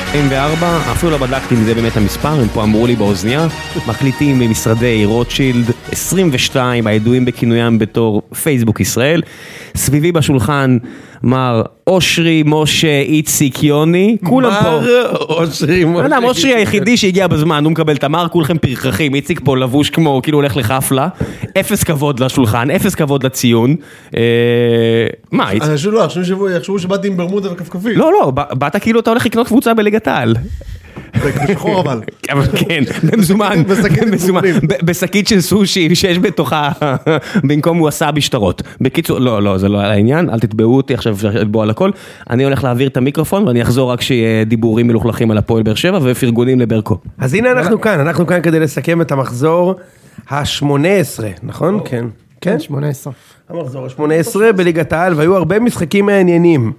44, אפילו לא בדקתי אם זה באמת המספר, הם פה אמרו לי באוזניה, מקליטים ממשרדי רוטשילד, 22 הידועים בכינויים בתור פייסבוק ישראל, סביבי בשולחן מר אושרי, משה, איציק, יוני, כולם פה. מר אושרי, משה. אושרי היחידי שהגיע בזמן, הוא מקבל את המר, כולכם פרחחים, איציק פה לבוש כמו, כאילו הולך לחפלה, אפס כבוד לשולחן, אפס כבוד לציון. מה, איציק? אנשים לא, יחשבו שבאתי עם ברמודה וכפכפית. לא, באת כאילו אתה הולך לקנות קבוצה בליגת העל. בשחור אבל. כן, במזומן, בשקית של סושי שיש בתוכה, במקום ווסאבי שטרות. בקיצור, לא, זה לא העניין, אל תתבעו אותי עכשיו בוא על הכל. אני הולך להעביר את המיקרופון ואני אחזור רק שיהיה דיבורים מלוכלכים על הפועל באר שבע ופרגונים לברקו. אז הנה אנחנו כאן כדי לסכם את המחזור ה-18, נכון? כן, 18. המחזור ה-18 בליגת העל, והיו הרבה משחקים מעניינים.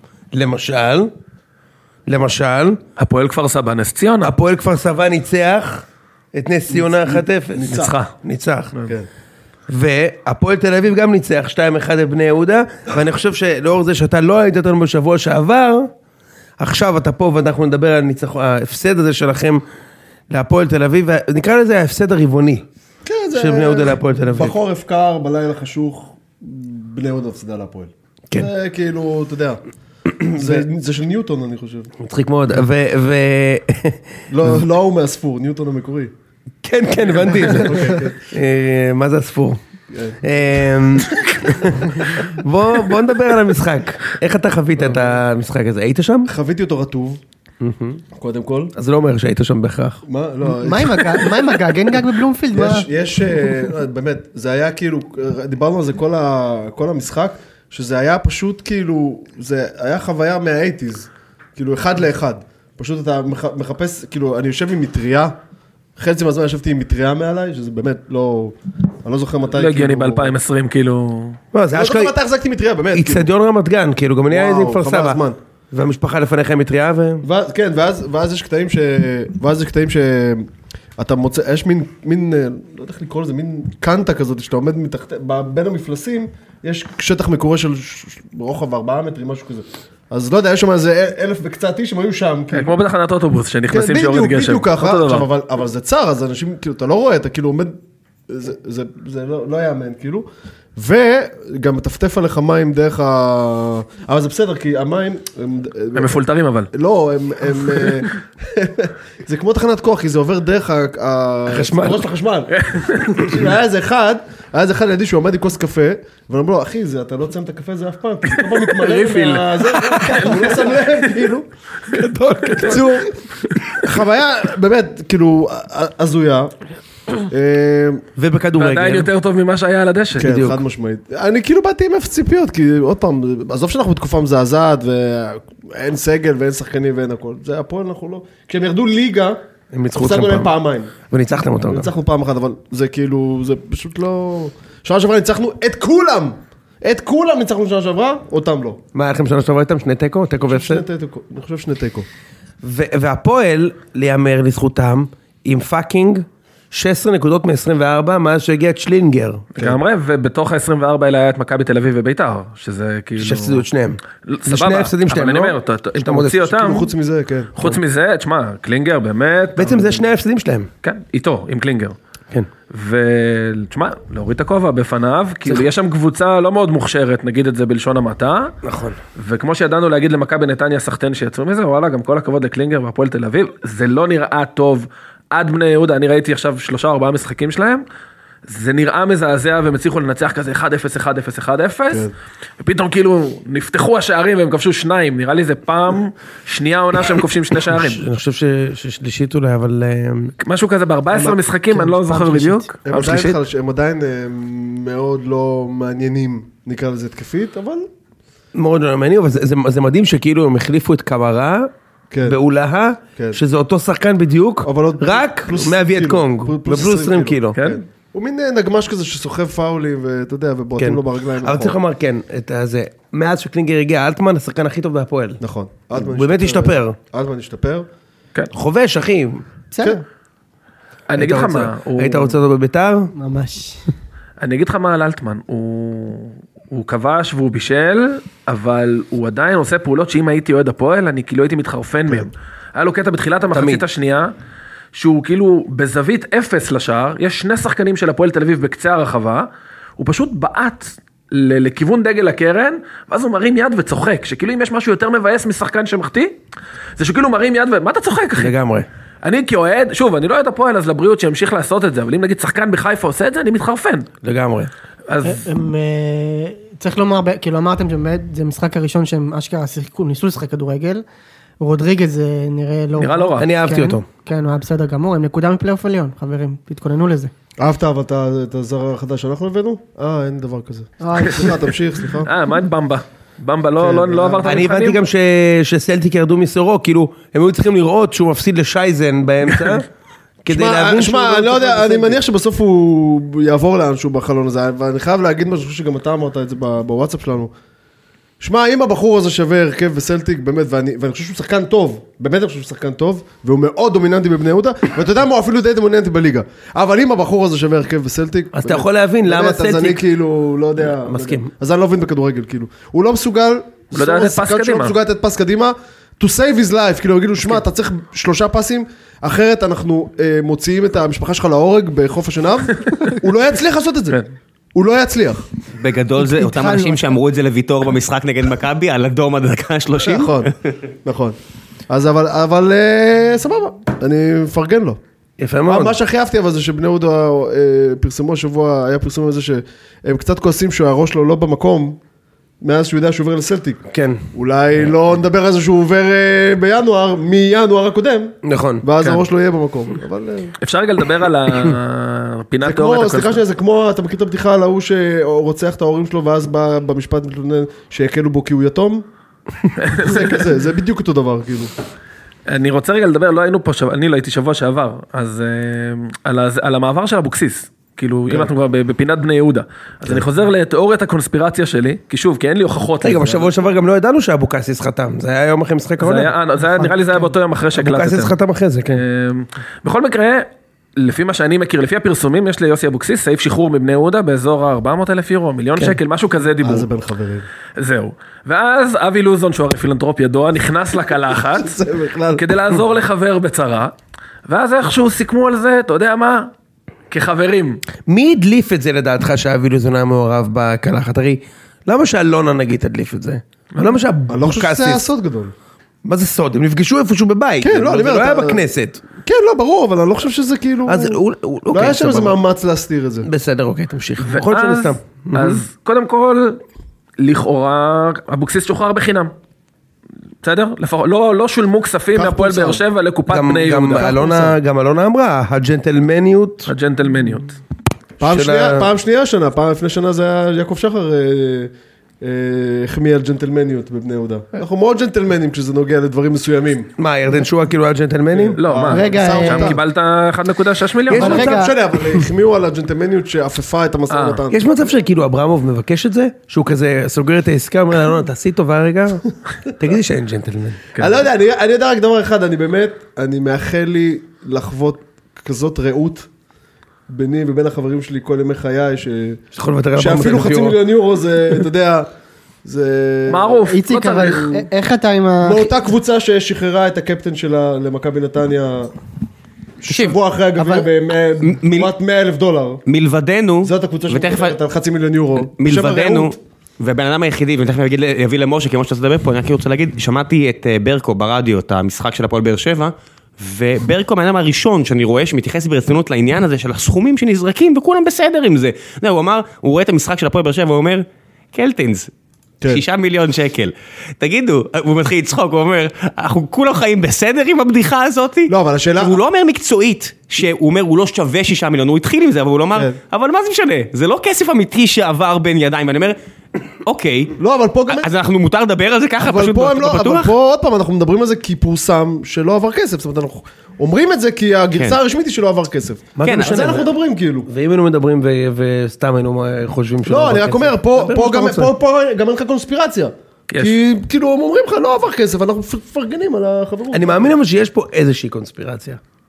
למשל, הפועל כפר סבא, נס ציונה. הפועל כפר סבא ניצח את נס ציונה 1-0. ניצח. והפועל תל אביב גם ניצח 2-1 את בני יהודה, ואני חושב שלאור זה שאתה לא היית אותנו בשבוע שעבר, עכשיו אתה פה ואנחנו נדבר על ההפסד הזה שלכם להפועל תל אביב, ונקרא לזה ההפסד הרבעוני של בני יהודה להפועל תל אביב. בחורף קר, בלילה חשוך, בני יהודה הפסדה להפועל. זה כאילו, אתה יודע, זה של ניוטון אני חושב. מצחיק מאוד, לא הוא מהספור, ניוטון המקורי. כן, הבנתי את זה. מה זה הספור? בוא נדבר על המשחק. איך אתה חווית את המשחק הזה? היית שם? חוויתי אותו רטוב, קודם כל. אז זה לא אומר שהיית שם בהכרח. מה עם הגג? אין גג בבלומפילד? יש, באמת, זה היה כאילו, דיברנו על זה כל המשחק, שזה היה פשוט כאילו, זה היה חוויה מה-80s, כאילו אחד לאחד. פשוט אתה מחפש, כאילו, אני יושב עם מטריה, חצי מהזמן ישבתי עם מטריה מעליי, שזה באמת לא, אני לא זוכר מתי. לא הגיוני ב-2020, כאילו. לא זוכר מתי החזקתי מטריה, באמת. איצטדיון רמת גן, כאילו, גם אני היה איזה כפר סבא. והמשפחה לפניך עם מטריה כן, ואז יש קטעים אתה מוצא, יש מין, לא יודע איך לקרוא לזה, מין קנטה כזאת, שאתה עומד מתחת, בין המפלסים, יש שטח מקורה של רוחב 4 מטרים, משהו כזה. אז לא יודע, יש שם איזה 1,000 וקצת איש, הם היו שם. כמו בתחנת אוטובוס, שנכנסים שיורד גשם. בדיוק ככה, אבל זה צר, אז אנשים, כאילו, אתה לא רואה, אתה כאילו עומד, זה לא יאמן, כאילו. וגם מטפטף עליך מים דרך אבל זה בסדר, כי המים הם מפולטרים אבל. לא, זה כמו תחנת כוח, כי זה עובר דרך החשמל. היה איזה אחד לידי שהוא עומד עם כוס קפה, ואני אומר לו, אחי, אתה לא ציים את הקפה הזה אף פעם, כי זה כל פעם מתמלא ריפיל. הוא לא שם לב, כאילו. גדול. קצור, חוויה באמת, כאילו, הזויה. ובכדורגל. ועדיין יותר טוב ממה שהיה על הדשא. כן, חד משמעית. אני כאילו באתי עם אפס ציפיות, כי עוד פעם, עזוב שאנחנו בתקופה מזעזעת, ואין סגל ואין שחקנים ואין הכל. זה הפועל, אנחנו לא. כשהם ירדו ליגה, הם ניצחו אותם הפסדנו להם פעמיים. וניצחתם אותם. ניצחנו פעם אחת, אבל זה כאילו, זה פשוט לא... שנה שעברה ניצחנו את כולם ניצחנו שנה שעברה, אותם לא. מה היה לכם שנה שעברה איתם? שני תיקו? תיקו והפסד? אני חושב שני תיקו. והפועל, ליאמר לזכותם, עם פאקינג 16 נקודות מ-24, מאז שהגיע את שלינגר. לגמרי, ובתוך ה-24 האלה היה את מכבי תל אביב וביתר, שזה כאילו... שהפסידו את שניהם. סבבה, שני ההפסדים שלהם, אבל אני אומר, אתה מוציא אותם... חוץ מזה, כן. חוץ מזה, תשמע, קלינגר באמת... בעצם זה שני ההפסדים שלהם. כן, איתו, עם קלינגר. כן. ותשמע, להוריד את הכובע בפניו, כאילו יש שם קבוצה לא מאוד מוכשרת, נגיד את זה בלשון המעטה. נכון. וכמו שידענו להגיד למכבי נתניה סחטן שיצאו מזה, וואלה, גם כל הכבוד לקלינגר והפועל תל אביב, זה לא נראה טוב עד בני יהודה, אני ראיתי עכשיו 3-4 משחקים שלהם, זה נראה מזעזע והם הצליחו לנצח כזה 1-0, 1-0, 1-0, ופתאום כאילו נפתחו השערים והם כבשו 2, נראה לי זה פעם שנייה עונה שהם כובשים 2 שערים. אני חושב ששלישית אולי, אבל... משהו כזה ב-14 משחקים, אני לא זוכר בדיוק. הם עדיין מאוד לא מעניינים, נקרא לזה תקפית, אבל... מאוד לא מעניינים, אבל זה מדהים שכאילו הם החליפו את קמרה, באולהה, שזה אותו שחקן בדיוק, רק מהווייט קונג, בפלוס 20 קילו. הוא מין נגמש כזה שסוחב פאולים, ואתה יודע, ובועטים לו ברגליים. אבל צריך לומר, כן, מאז שקלינגר הגיע, אלטמן, השחקן הכי טוב בהפועל. נכון. הוא באמת השתפר. אלטמן השתפר. חובש, אחי. בסדר. אני אגיד לך מה... היית רוצה אותו בביתר? ממש. אני אגיד לך מה על אלטמן, הוא כבש והוא בישל, אבל הוא עדיין עושה פעולות שאם הייתי אוהד הפועל, אני כאילו הייתי מתחרפן מהם. היה לו קטע בתחילת המחצית השנייה, שהוא כאילו בזווית 0 לשער, יש 2 שחקנים של הפועל תל אביב בקצה הרחבה, הוא פשוט בעט לכיוון דגל הקרן, ואז הוא מרים יד וצוחק, שכאילו אם יש משהו יותר מבאס משחקן שמחטיא, זה שכאילו מרים יד מה אתה צוחק אחי? לגמרי. אני כאוהד, שוב, אני לא אוהד הפועל אז לבריאות שימשיך לעשות את זה, אבל אם נגיד שחקן בחיפה עושה את זה, אני מתחרפן. לגמרי. אז... צריך לומר, כאילו אמרתם שזה המשחק הראשון שהם אשכרה ניסו לשחק כדורגל, רודריגז נראה לא רע. אני אהבתי אותו. כן, הוא היה בסדר גמור, הם נקודה מפלייאוף עליון, חברים, תתכוננו לזה. אהבת אבל את הזר החדש שאנחנו הבאנו? אין דבר כזה. סליחה, תמשיך, סליחה. מה את במבה? במבה לא עברת אני הבנתי גם שסלטיק ירדו מסורו, כאילו, הם היו צריכים לראות שהוא מפסיד לשייזן באמצע, כדי להבין שהוא... שמע, אני לא יודע, אני מניח שבסוף הוא יעבור לאנשהו בחלון הזה, ואני חייב להגיד משהו שגם אתה אמרת את זה בוואטסאפ שלנו. שמע, אם הבחור הזה שווה הרכב בסלטיק, באמת, ואני חושב שהוא שחקן טוב, באמת אני חושב שהוא שחקן טוב, והוא מאוד דומיננטי בבני יהודה, ואתה יודע מה, הוא אפילו די דומיננטי בליגה. אבל אם הבחור הזה שווה הרכב בסלטיק... אז אתה יכול להבין למה סלטיק... אז אני כאילו, לא יודע... מסכים. אז אני לא מבין בכדורגל, כאילו. הוא לא מסוגל... הוא לא יודע לתת פס קדימה. לא מסוגל לתת פס קדימה, to save his life, כאילו, יגידו, שמע, אתה צריך 3 פסים, אחרת אנחנו מוציאים את המשפחה שלך להורג בחוף השנהב, הוא לא יצליח לעשות את זה. הוא לא יצליח. בגדול זה אותם אנשים שאמרו את זה לויטור במשחק נגד מכבי, על אדום עד הדקה 30. נכון. אז אבל סבבה, אני מפרגן לו. יפה מאוד. מה שהכי אהבתי אבל זה שבני יהודה פרסמו השבוע, היה פרסום על זה שהם קצת כועסים שהראש שלו לא במקום, מאז שהוא יודע שהוא עובר לסלטיק. כן. אולי לא נדבר על זה שהוא עובר בינואר, מינואר הקודם. נכון. ואז הראש לא יהיה במקום. אפשר רגע לדבר על הפינת תיאוריה. סליחה שנייה, זה כמו, אתה מכיר את הבדיחה על ההוא שרוצח את ההורים שלו, ואז בא במשפט מתלונן שהקלו בו כי הוא יתום? זה כזה, זה בדיוק אותו דבר, כאילו. אני רוצה רגע לדבר, לא היינו פה, אני לא הייתי שבוע שעבר, אז על המעבר של אבוקסיס. כאילו, אם אנחנו כבר בפינת בני יהודה. אז אני חוזר לתיאוריית הקונספירציה שלי, כי שוב, כי אין לי הוכחות. רגע, בשבוע שעבר גם לא ידענו שאבוקסיס חתם, זה היה יום אחרי משחק העונה. נראה לי זה היה באותו יום אחרי שהקלטתם. אבוקסיס חתם אחרי זה, כן. בכל מקרה, לפי מה שאני מכיר, לפי הפרסומים, יש ליוסי אבוקסיס, סעיף שחרור מבני יהודה, באזור 400,000 יורו, מיליון שקל, משהו כזה דיבור. זה בין חברים. זהו. ואז אבי לוזון, שהוא הרי פילנטרופ ידוע, נכנס לקלחת, כדי לעזור לחבר בצרה, ואז איכשהו סיכמו על זה, אתה יודע מה? כחברים. מי הדליף את זה לדעתך שאבי לוזון היה מעורב בקלחת? הרי, למה שאלונה נגיד תדליף את זה? למה שהבוקסיס... אני לא חושב שזה היה סוד גדול. מה זה סוד? הם נפגשו איפשהו בבית. כן, לא, אני אומר... זה לא היה בכנסת. כן, לא, ברור, אבל אני לא חושב שזה כאילו... אז לא היה שם איזה מאמץ להסתיר את זה. בסדר, אוקיי, תמשיך. בכל שאני סתם. אז קודם כל, לכאורה, אבוקסיס שוחרר בחינם. בסדר? לא שולמו כספים מהפועל באר שבע לקופת בני יהודה. גם אלונה אמרה, הג'נטלמניות. הג'נטלמניות. פעם שנייה שנה, פעם לפני שנה זה היה יעקב שחר החמיא על ג'נטלמניות בבני יהודה. אנחנו מאוד ג'נטלמנים כשזה נוגע לדברים מסוימים. מה, ירדן שואה כאילו היה ג'נטלמנים? לא, מה? שם קיבלת 1.6 מיליון. יש מצב שני, אבל החמיאו על הג'נטלמניות שאפפה את המשא ומתן. יש מצב שכאילו אברמוב מבקש את זה? שהוא כזה סוגר את העסקה, אומר אלונה, תעשי טובה רגע? תגידי שאין ג'נטלמן. אני לא יודע, אני יודע רק דבר אחד, אני מאחל לי לחוות כזאת רעות ביני ובין החברים שלי כל ימי חיי, שאפילו 500,000 יורו זה, אתה יודע, זה... מערוף, איציק, אבל איך אתה עם ה... מאותה קבוצה ששחררה את הקפטן שלה למכבי נתניה, שבוע אחרי הגביע בתמורת $100,000. מלבדנו, זאת הקבוצה שמקבלת על 500,000 יורו. מלבדנו, ובן אדם היחידי, ואני תכף יביא למשה, כמו שאתה תדבר פה, אני רק רוצה להגיד, שמעתי את ברקו ברדיו, את המשחק של הפועל באר שבע, וברקו מהאדם הראשון שאני רואה שמתייחס ברצינות לעניין הזה של הסכומים שנזרקים וכולם בסדר עם זה. הוא אמר, הוא רואה את המשחק של הפועל באר שבע, הוא אומר, קלטינס, 6 מיליון שקל. תגידו, הוא מתחיל לצחוק, הוא אומר, אנחנו כולם חיים בסדר עם הבדיחה הזאת? לא, אבל השאלה... הוא לא אומר מקצועית, שהוא אומר, הוא לא שווה 6 מיליון, הוא התחיל עם זה, אבל הוא לא אומר, אבל מה זה משנה? זה לא כסף אמיתי שעבר בין ידיים, ואני אומר, אוקיי. לא, אבל פה גם... אז אנחנו מותר לדבר על זה ככה, פשוט בטוח? אבל פה עוד פעם אנחנו מדברים על זה כי פורסם שלא עבר כסף, זאת אומרת, אנחנו אומרים את זה כי הגרסה הרשמית היא שלא עבר כסף. כן, על זה אנחנו מדברים כאילו. ואם היינו מדברים וסתם היינו חושבים שלא עבר כסף. לא, אני רק אומר, פה גם אין לך קונספירציה. כי כאילו הם אומרים לך לא עבר כסף, אנחנו מפרגנים על החברות. אני מאמין למה שיש פה איזושהי קונספירציה.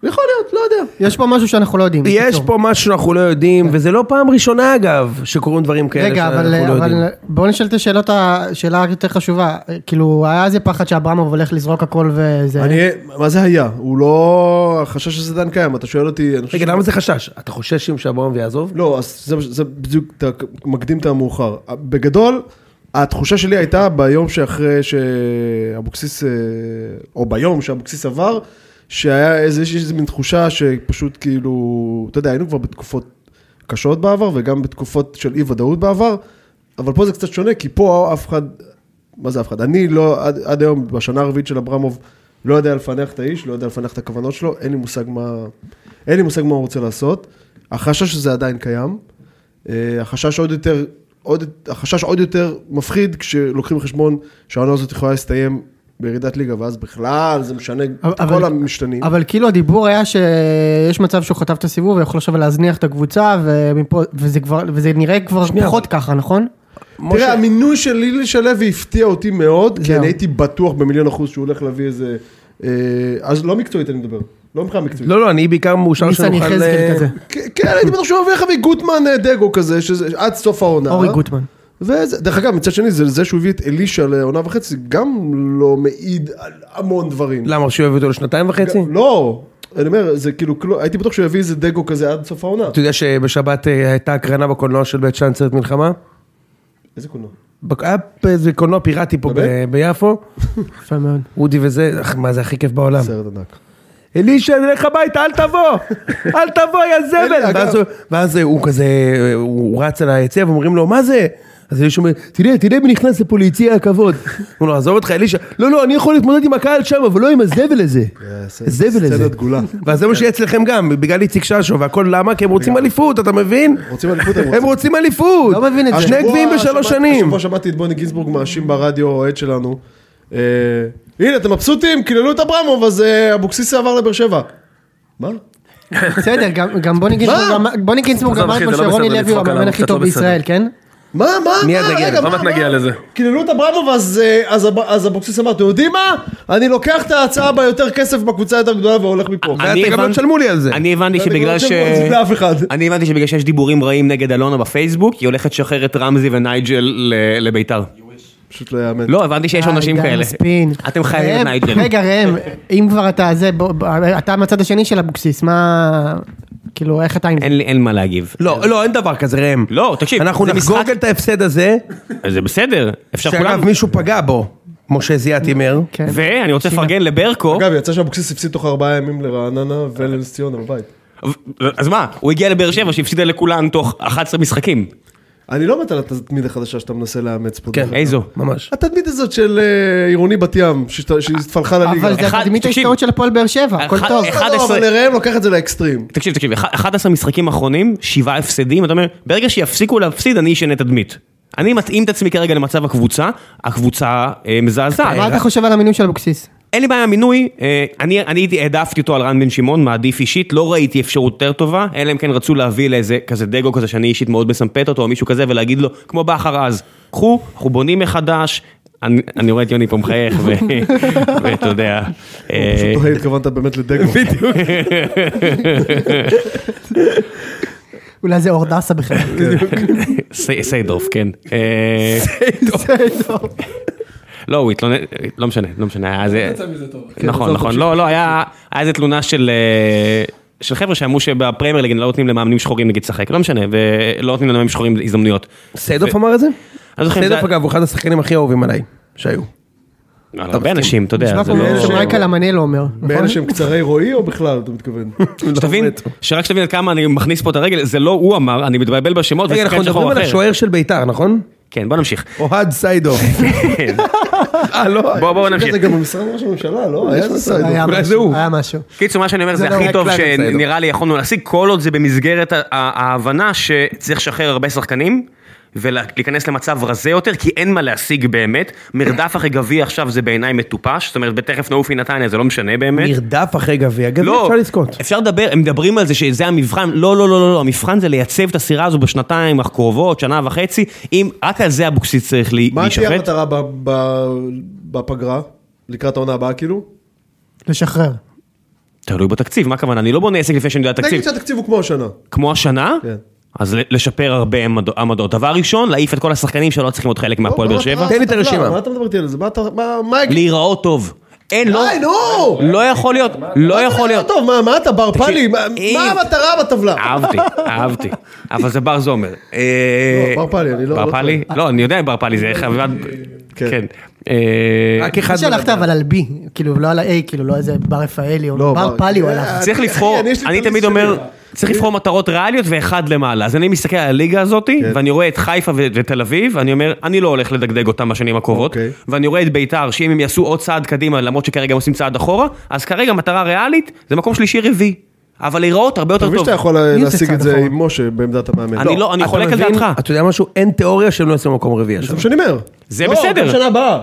יכול להיות, לא יודע. יש פה משהו שאנחנו לא יודעים. יש פה משהו שאנחנו לא יודעים, וזה לא פעם ראשונה אגב, שקורים דברים כאלה שאנחנו לא יודעים. רגע, אבל בואו נשאל את השאלה יותר חשובה. כאילו, היה איזה פחד שאברמוב הולך לזרוק הכל וזה... מה זה היה? הוא לא... החשש שזה עדיין קיים, אתה שואל אותי... רגע, למה זה חשש? אתה חושש שאברמוב יעזוב? לא, אז זה בדיוק, אתה מקדים את המאוחר. בגדול, התחושה שלי הייתה ביום שאחרי שאבוקסיס, או ביום שאבוקסיס עבר, שהיה איזושהי מין תחושה שפשוט כאילו, אתה יודע, היינו כבר בתקופות קשות בעבר, וגם בתקופות של אי ודאות בעבר, אבל פה זה קצת שונה, כי פה אף אחד, מה זה אף אחד? אני לא, עד היום, בשנה הרביעית של אברמוב, לא יודע לפנח את האיש, לא יודע לפנח את הכוונות שלו, אין לי מושג מה הוא רוצה לעשות. החשש שזה עדיין קיים, החשש עוד יותר מפחיד, כשלוקחים חשבון שהעונה הזאת יכולה להסתיים בירידת ליגה, ואז בכלל זה משנה כל המשתנים. אבל כאילו הדיבור היה שיש מצב שהוא חטף את הסיבוב, ויכול עכשיו להזניח את הקבוצה, וזה נראה כבר פחות ככה, נכון? תראה, המינוי של לילי שלוי הפתיע אותי מאוד, כי אני הייתי בטוח ב1,000,000% שהוא הולך להביא איזה... אז לא מקצועית אני מדבר, לא מבחינה מקצועית. לא, אני בעיקר מאושר שנוכל... כן, הייתי בטוח שהוא הביא גוטמן דגו כזה, עד סוף העונה. אורי גוטמן. דרך אגב, מצד שני, זה שהוא הביא את אלישה לעונה וחצי, גם לא מעיד על המון דברים. למה, שהוא הביא אותו ל2.5? לא, אני אומר, זה כאילו, הייתי בטוח שהוא הביא איזה דגו כזה עד סוף העונה. אתה יודע שבשבת הייתה הקרנה בקולנוע של בית שאן סרט מלחמה? איזה קולנוע? היה איזה קולנוע פיראטי פה ביפו. יפה מאוד. אודי וזה, מה זה הכי כיף בעולם. סרט ענק. אלישה, נלך הביתה, אל תבוא, יא זבל. ואז הוא כזה, הוא רץ על היציע ואומרים לו, מה זה? אז אלישה אומר, תראה מי נכנס לפה ליציע הכבוד. הוא אומר, עזוב אותך אלישה, לא, אני יכול להתמודד עם הקהל שם, אבל לא עם הזבל הזה. הזבל הזה. ואז זה מה שיהיה אצלכם גם, בגלל איציק ששו, והכל למה? כי הם רוצים אליפות, אתה מבין? הם רוצים אליפות. לא מבין את זה. 2 גביעים ב3 שנים. השבוע שמעתי את בוני גינסבורג מאשים ברדיו האוהד שלנו. הנה, אתם מבסוטים, קיללו את אברמוב, אז אבוקסיס עבר לבאר שבע. מה? בסדר, גם בוני גינסבורג אמר את מה שרוני לוי הוא המאמן הכי טוב בישראל, כן? מה? מיד נגיע לזה. קיללו את אברמוב, אז אבוקסיס אמר, אתם יודעים מה? אני לוקח את ההצעה ביותר כסף בקבוצה יותר גדולה והולך מפה. ואתה גם לא תשלמו לי על זה. אני הבנתי שבגלל שיש דיבורים רעים נגד אלונה בפייסבוק, היא הולכת לשחרר את רמזי ונייג'ל לביתר. פשוט לא יאמן. לא, הבנתי שיש אנשים כאלה. אתם חייבים את נייג'ל. רגע, ראם, אם כבר אתה מהצד השני של אבוקסיס, מה... כאילו, איך אתה עם זה? אין מה להגיב. לא, אין דבר כזה, ראם. לא, תקשיב. אנחנו נחגוג את ההפסד הזה. זה בסדר. אפשר כולם. שאגב, מישהו פגע בו. משה זיאת אימר. ואני רוצה לפרגן לברקו. אגב, יצא שאבוקסיס הפסיד תוך 4 ימים לרעננה ולנס ציונה בבית. אז מה? הוא הגיע לבאר שבע שהפסידה לכולן תוך 11 משחקים. אני לא מת על התדמית החדשה שאתה מנסה לאמץ פה. כן, איזו? ממש. התדמית הזאת של עירוני בת ים, שהתפלחה לליגה. אבל זה התדמית ההיסטורית של הפועל באר שבע, הכל טוב. אבל לראם לוקח את זה לאקסטרים. תקשיב, 11 משחקים אחרונים, 7 הפסדים, אתה אומר, ברגע שיפסיקו להפסיד, אני אשנה תדמית. אני מתאים את עצמי כרגע למצב הקבוצה מזעזעת. מה אתה חושב על המינוי של אבוקסיס? אין לי בעיה מינוי, אני העדפתי אותו על רן בן שמעון, מעדיף אישית, לא ראיתי אפשרות יותר טובה, אלא אם כן רצו להביא לאיזה כזה דגו כזה שאני אישית מאוד מסמפת אותו, או מישהו כזה, ולהגיד לו, כמו באחר אז, קחו, אנחנו בונים מחדש, אני רואה את יוני פה מחייך, ואתה יודע. פשוט תוהה, התכוונת באמת לדגו. בדיוק. אולי זה אורדסה בכלל. סיידורף, כן. סיידורף. לא, הוא התלונן, לא משנה, היה זה... נכון, לא, היה איזה תלונה של חבר'ה שאמרו שבפרמייר ליג לא נותנים למאמנים שחורים נגיד שחק, לא משנה, ולא נותנים למאמנים שחורים הזדמנויות. סיידורף אמר את זה? סיידורף אגב, הוא אחד השחקנים הכי אהובים עליי, שהיו. הרבה אנשים, אתה יודע. שמייקל המנהל אומר. באלה שהם קצרי רועי או בכלל, אתה מתכוון? שרק שתבין עד כמה אני מכניס פה את הרגל, זה לא הוא אמר, אני מתבלבל בשמות. רגע, אנחנו מדברים על השוער של ביתר, נכון? כן, בוא נמשיך. אוהד סיידורף. בוא נמשיך. זה גם במשרד ראש הממשלה, לא? היה היה משהו. קיצור, מה שאני אומר זה הכי טוב שנראה לי יכולנו להשיג, כל עוד זה במסגרת ההבנה שצריך לשחרר הרבה שחקנים, ולהיכנס למצב רזה יותר, כי אין מה להשיג באמת. מרדף אחרי גביע עכשיו זה בעיניי מטופש, זאת אומרת, בתכף נעופי נתניה, זה לא משנה באמת. מרדף אחרי גביע אפשר לזכות. אפשר לדבר, הם מדברים על זה שזה המבחן, לא, המבחן זה לייצב את הסירה הזו בשנתיים הקרובות, שנה וחצי, אם רק על זה אבוקסיס צריך להישפט. מה תהיה המטרה בפגרה, לקראת העונה הבאה כאילו? לשחרר. תלוי בתקציב, מה הכוונה? אני לא בונה עסק לפני שאני יודע תקציב. נגיד שהתקציב הוא כמו השנה. כמו השנה? כן. אז לשפר הרבה עמדות. דבר ראשון, להעיף את כל השחקנים שלא צריכים להיות חלק מהפועל באר שבע. תן לי את הרשימה. מה אתה מדבר איתי על זה? מה... להיראות טוב. אין, לא. נו! לא יכול להיות. לא יכול להיות. טוב, מה אתה בר פלי? מה המטרה בטבלה? אהבתי. אבל זה בר זומר. בר פלי, אני לא... בר פלי? לא, אני יודע בר פלי, זה חביבת... כן. רק אחד... שלחת אבל על בי, כאילו, לא על ה-A, כאילו, לא איזה בר רפאלי, או בר פלי הוא הלך. צריך לבחור, אני תמיד אומר, צריך לבחור מטרות ריאליות ואחד למעלה. אז אני מסתכל על הליגה הזאת, ואני רואה את חיפה ותל אביב, ואני אומר, אני לא הולך לדגדג אותם בשנים הקרובות, ואני רואה את ביתר, שאם הם יעשו עוד צעד קדימה, למרות שכרגע הם עושים צעד אחורה, אז כרגע מטרה ריאלית, זה מקום שלישי רביעי. אבל להיראות הרבה יותר טוב. אתה מבין שאתה יכול להשיג את זה עם משה בעמדת המאמן? אני חולק על דעתך. אתה יודע משהו? אין תיאוריה שהם לא יוצאים במקום רביעי. זה מה שאני אומר. זה בסדר. גם שנה הבאה.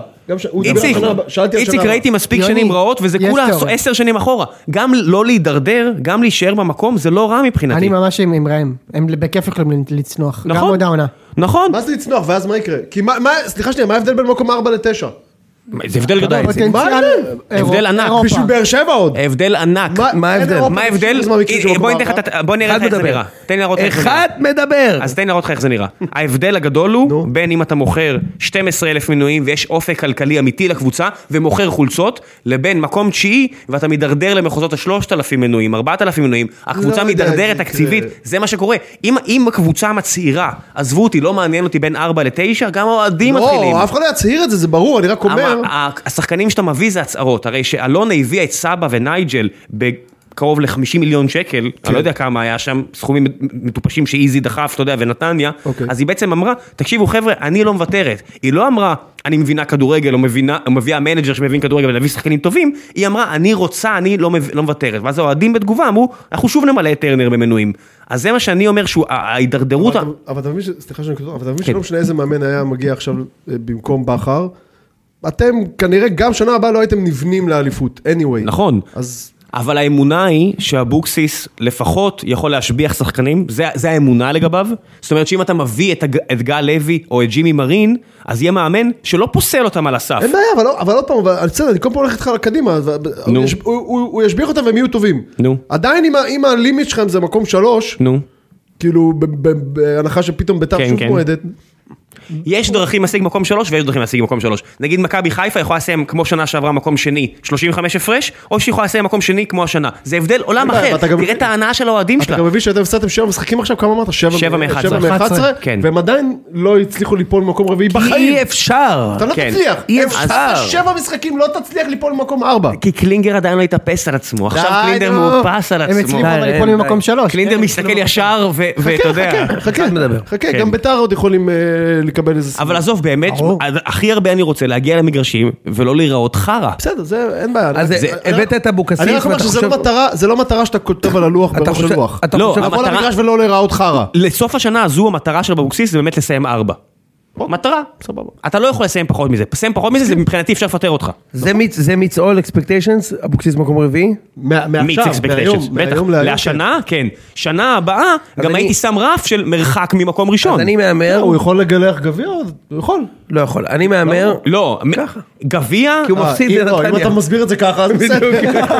איציק, ראיתי מספיק שנים רעות, וזה כולה 10 שנים אחורה. גם לא להידרדר, גם להישאר במקום, זה לא רע מבחינתי. אני ממש עם ראם. הם בכיף יכולים לצנוח. גם עוד העונה. נכון. מה זה לצנוח? ואז מה יקרה? סליחה שנייה, מה ההבדל בין מקום 4 ל-9? זה הבדל גדול. הבדל ענק. בשביל באר שבע עוד. הבדל ענק. מה ההבדל? מה ההבדל? בוא נראה איך זה נראה. תן לי להראות איך זה נראה. אחד מדבר. אז תן לי להראות איך זה נראה. ההבדל הגדול הוא בין אם אתה מוכר 12,000 מנויים ויש אופק כלכלי אמיתי לקבוצה ומוכר חולצות, לבין מקום 9 ואתה מדרדר למחוזות 3,000 מנויים, 4,000 מנויים, הקבוצה מדרדרת תקציבית, זה מה שקורה. אם הקבוצה מצעירה, עזבו אותי, לא מעניין אותי בין 4 ל-9, גם האוהדים מתחילים. לא, אף אחד לא יצעיר את זה, זה ברור, אני רק אומר. השחקנים שאתה מביא זה הצערות, הרי שאלונה הביאה את סבא ונייג'ל בקרוב ל-50 מיליון שקל, אני לא יודע כמה היה שם, סכומים מטופשים שאיזי דחף, אתה יודע, ונתניה, אז היא בעצם אמרה, תקשיבו חבר'ה, אני לא מוותרת, היא לא אמרה, אני מבינה כדורגל, או מביאה מנג'ר שמבין כדורגל ולהביא שחקנים טובים, היא אמרה, אני רוצה, אני לא מוותרת, ואז האוהדים בתגובה אמרו, אנחנו שוב נמלא את טרנר במנויים, אז זה מה שאני אומר, ההידרדרות... אבל אתה מבין, סליחה שאני כתוב, אבל אתה מבין שלא משנה איזה מאמן היה מגיע עכשיו במקום בחר, אתם כנראה גם שנה הבאה לא הייתם נבנים לאליפות, anyway. נכון, אז... אבל האמונה היא שהבוקסיס לפחות יכול להשביח שחקנים, זה האמונה לגביו, זאת אומרת שאם אתה מביא את גל לוי או את ג'ימי מרין, אז יהיה מאמן שלא פוסל אותם על הסף. אין בעיה, אבל עוד פעם, אני כל פעם הולך איתך לקדימה, הוא ישביח אותם והם יהיו טובים. עדיין אם הלימיט שלכם זה מקום 3, כאילו בהנחה שפתאום ביתר שוב מועדת, יש דרכים להשיג מקום 3 ויש דרכים להשיג מקום 3. נגיד מכבי חיפה יכולה לסיים כמו שנה שעברה מקום שני 35 הפרש, או שהיא יכולה לסיים מקום שני כמו השנה. זה הבדל עולם אחר. תראה את ההנאה של האוהדים שלה. אתה גם מבין שאתם הפסדתם 7 משחקים עכשיו, כמה אמרת? 7 מ-11. והם עדיין לא הצליחו ליפול במקום רביעי בחיים. אי אפשר. אתה לא תצליח. אי אפשר. 7 משחקים לא תצליח ליפול במקום 4. כי קלינגר עדיין לא התאפס על עצמו. עכשיו קלינגר מאופס על עצמו. הם הצליחו ליפול ממקום 3. קלינגר מסתכל ישר ואתה יודע. חכה, גם ביתר עוד יכולים לקבל איזה סיבה. אבל עזוב, באמת, הכי הרבה אני רוצה להגיע למגרשים ולא להיראות חרה. בסדר, זה אין בעיה. אז הבאת את אבוקסיס. אני רק אומר שזה לא מטרה שאתה כותב על הלוח בראש הלוח. אתה לבוא למגרש ולא להיראות חרה. לסוף השנה הזו המטרה של אבוקסיס זה באמת לסיים 4. מטרה, סבבה. אתה לא יכול לסיים פחות מזה. לסיים פחות מזה, זה מבחינתי אפשר לפטר אותך. זה meets all expectations, אבוקסיס מקום רביעי? מעכשיו, מהיום להיום. להשנה, כן. שנה הבאה, גם הייתי שם רף של מרחק ממקום ראשון. אז אני מאמר... הוא יכול לגלח גביע? הוא יכול. לא יכול. אני מאמר... לא, גביע... כי הוא מפסיד לנתניה. אם אתה מסביר את זה ככה, אז בסדר.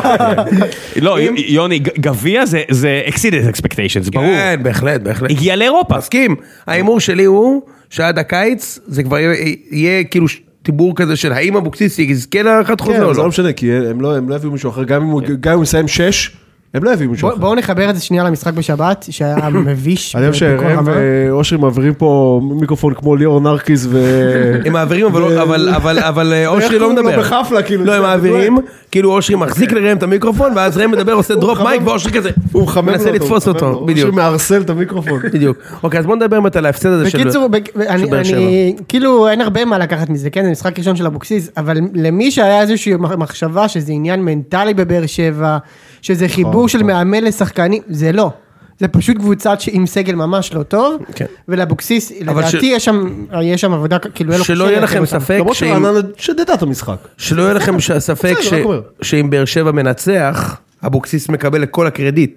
לא, יוני, גביע זה exceeded expectations, ברור. כן, בהחלט. הגיע לאירופה. מסכים. האימור שלי הוא... שעד הקיץ זה כבר יהיה כאילו טיבור כזה של האם אבוקסיס יזכה לאחת חוזה או לא. זה לא משנה, כי הם לא יביאו מישהו אחר, גם אם הוא יסיים 6, הם לא יביאו מישהו אחר. בואו נחבר את זה שנייה למשחק בשבת, שהיה מביש. אני חושב שהם ואושרי מעבירים פה מיקרופון כמו ליאור נרקיס הם מעבירים, אבל אושרי לא מדבר. לא, הם מעבירים, כאילו אושרי מחזיק לרם את המיקרופון, ואז רם מדבר, עושה דרופ מייק, ואושרי כזה, הוא מנסה לתפוס אותו. אושרי מארסל את המיקרופון. בדיוק. אוקיי, אז בואו נדבר על ההפסד הזה של באר שבע. בקיצור, כאילו אין הרבה מה לקחת מזה, כן, זה משחק ראשון של אבוקסיס, אבל למי שהיה איזושהי מחשבה שזה עניין מנטלי בבאר שבע, שזה חיבור של מאמן לשחקנים, זה לא. זה פשוט קבוצה עם סגל ממש לא טוב, ולאבוקסיס, לדעתי יש שם עבודה, כאילו... שלא יהיה לכם ספק... למרות שדדה את המשחק. שלא יהיה לכם ספק שאם באר שבע מנצח, אבוקסיס מקבל את כל הקרדיט.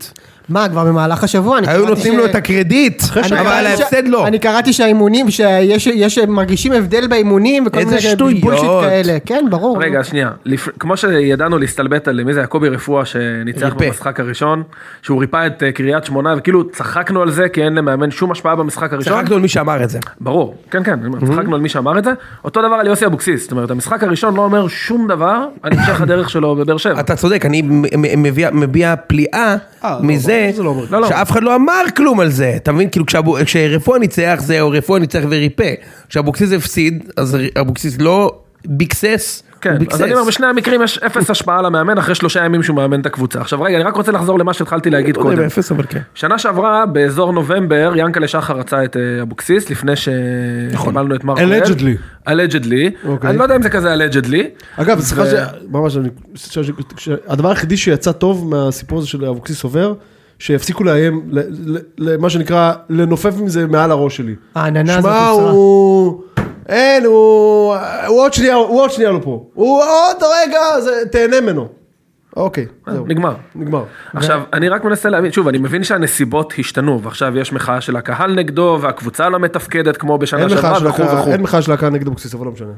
מה, כבר במהלך השבוע? היו נותנים לו את הקרדיט, אבל ההפסד לא. אני קראתי שהאימונים, שיש מרגישים הבדל באימונים, וכל מיני בולשיט כאלה. כן, ברור. רגע, שנייה. כמו שידענו להסתלבט על מי זה יעקבי רפואה שניצח במשחק הראשון, שהוא ריפא את קריית שמונה, וכאילו צחקנו על זה, כי אין למאמן שום השפעה במשחק הראשון. צחקנו על מי שאמר את זה. ברור, כן, צחקנו על מי שאמר את זה. אותו דבר על יוסי אבוקסיס, זאת אומרת, המשחק הראשון לא אומר שום דבר על המשך הדרך שלו בבאר שבע. אתה צודק, אני מביע פליאה מזה שאף אחד לא אמר כלום על זה. אתה מבין? כאילו כשרפואה ניצח זה או רפואה ניצח וריפא. כשאבוקסיס הפסיד, אז אבוקסיס לא ביקסס. כן, אז אני אומר, בשני המקרים יש אפס השפעה למאמן אחרי 3 ימים שהוא מאמן את הקבוצה. עכשיו רגע, אני רק רוצה לחזור למה שהתחלתי להגיד קודם. אפס, אבל כן. שנה שעברה, באזור נובמבר, ינקלה שחר רצה את אבוקסיס, לפני שקיבלנו את מרקו. allegedly. אני לא יודע אם זה כזה allegedly. אגב, סליחה ממש, הדבר היחידי שיצא טוב מהסיפור הזה של אבוקסיס עובר, שיפסיקו לאיים, למה שנקרא, לנופף עם זה מעל הראש שלי. העננה הזאת קצרה. אין, הוא עוד שנייה לא פה. הוא עוד רגע, תהנה ממנו. אוקיי, זהו. נגמר. עכשיו, אני רק מנסה להבין, שוב, אני מבין שהנסיבות השתנו, ועכשיו יש מחאה של הקהל נגדו, והקבוצה לא מתפקדת כמו בשנה שעברה, וכו'. אין מחאה של הקהל נגד אבוקסיס, אבל לא משנה.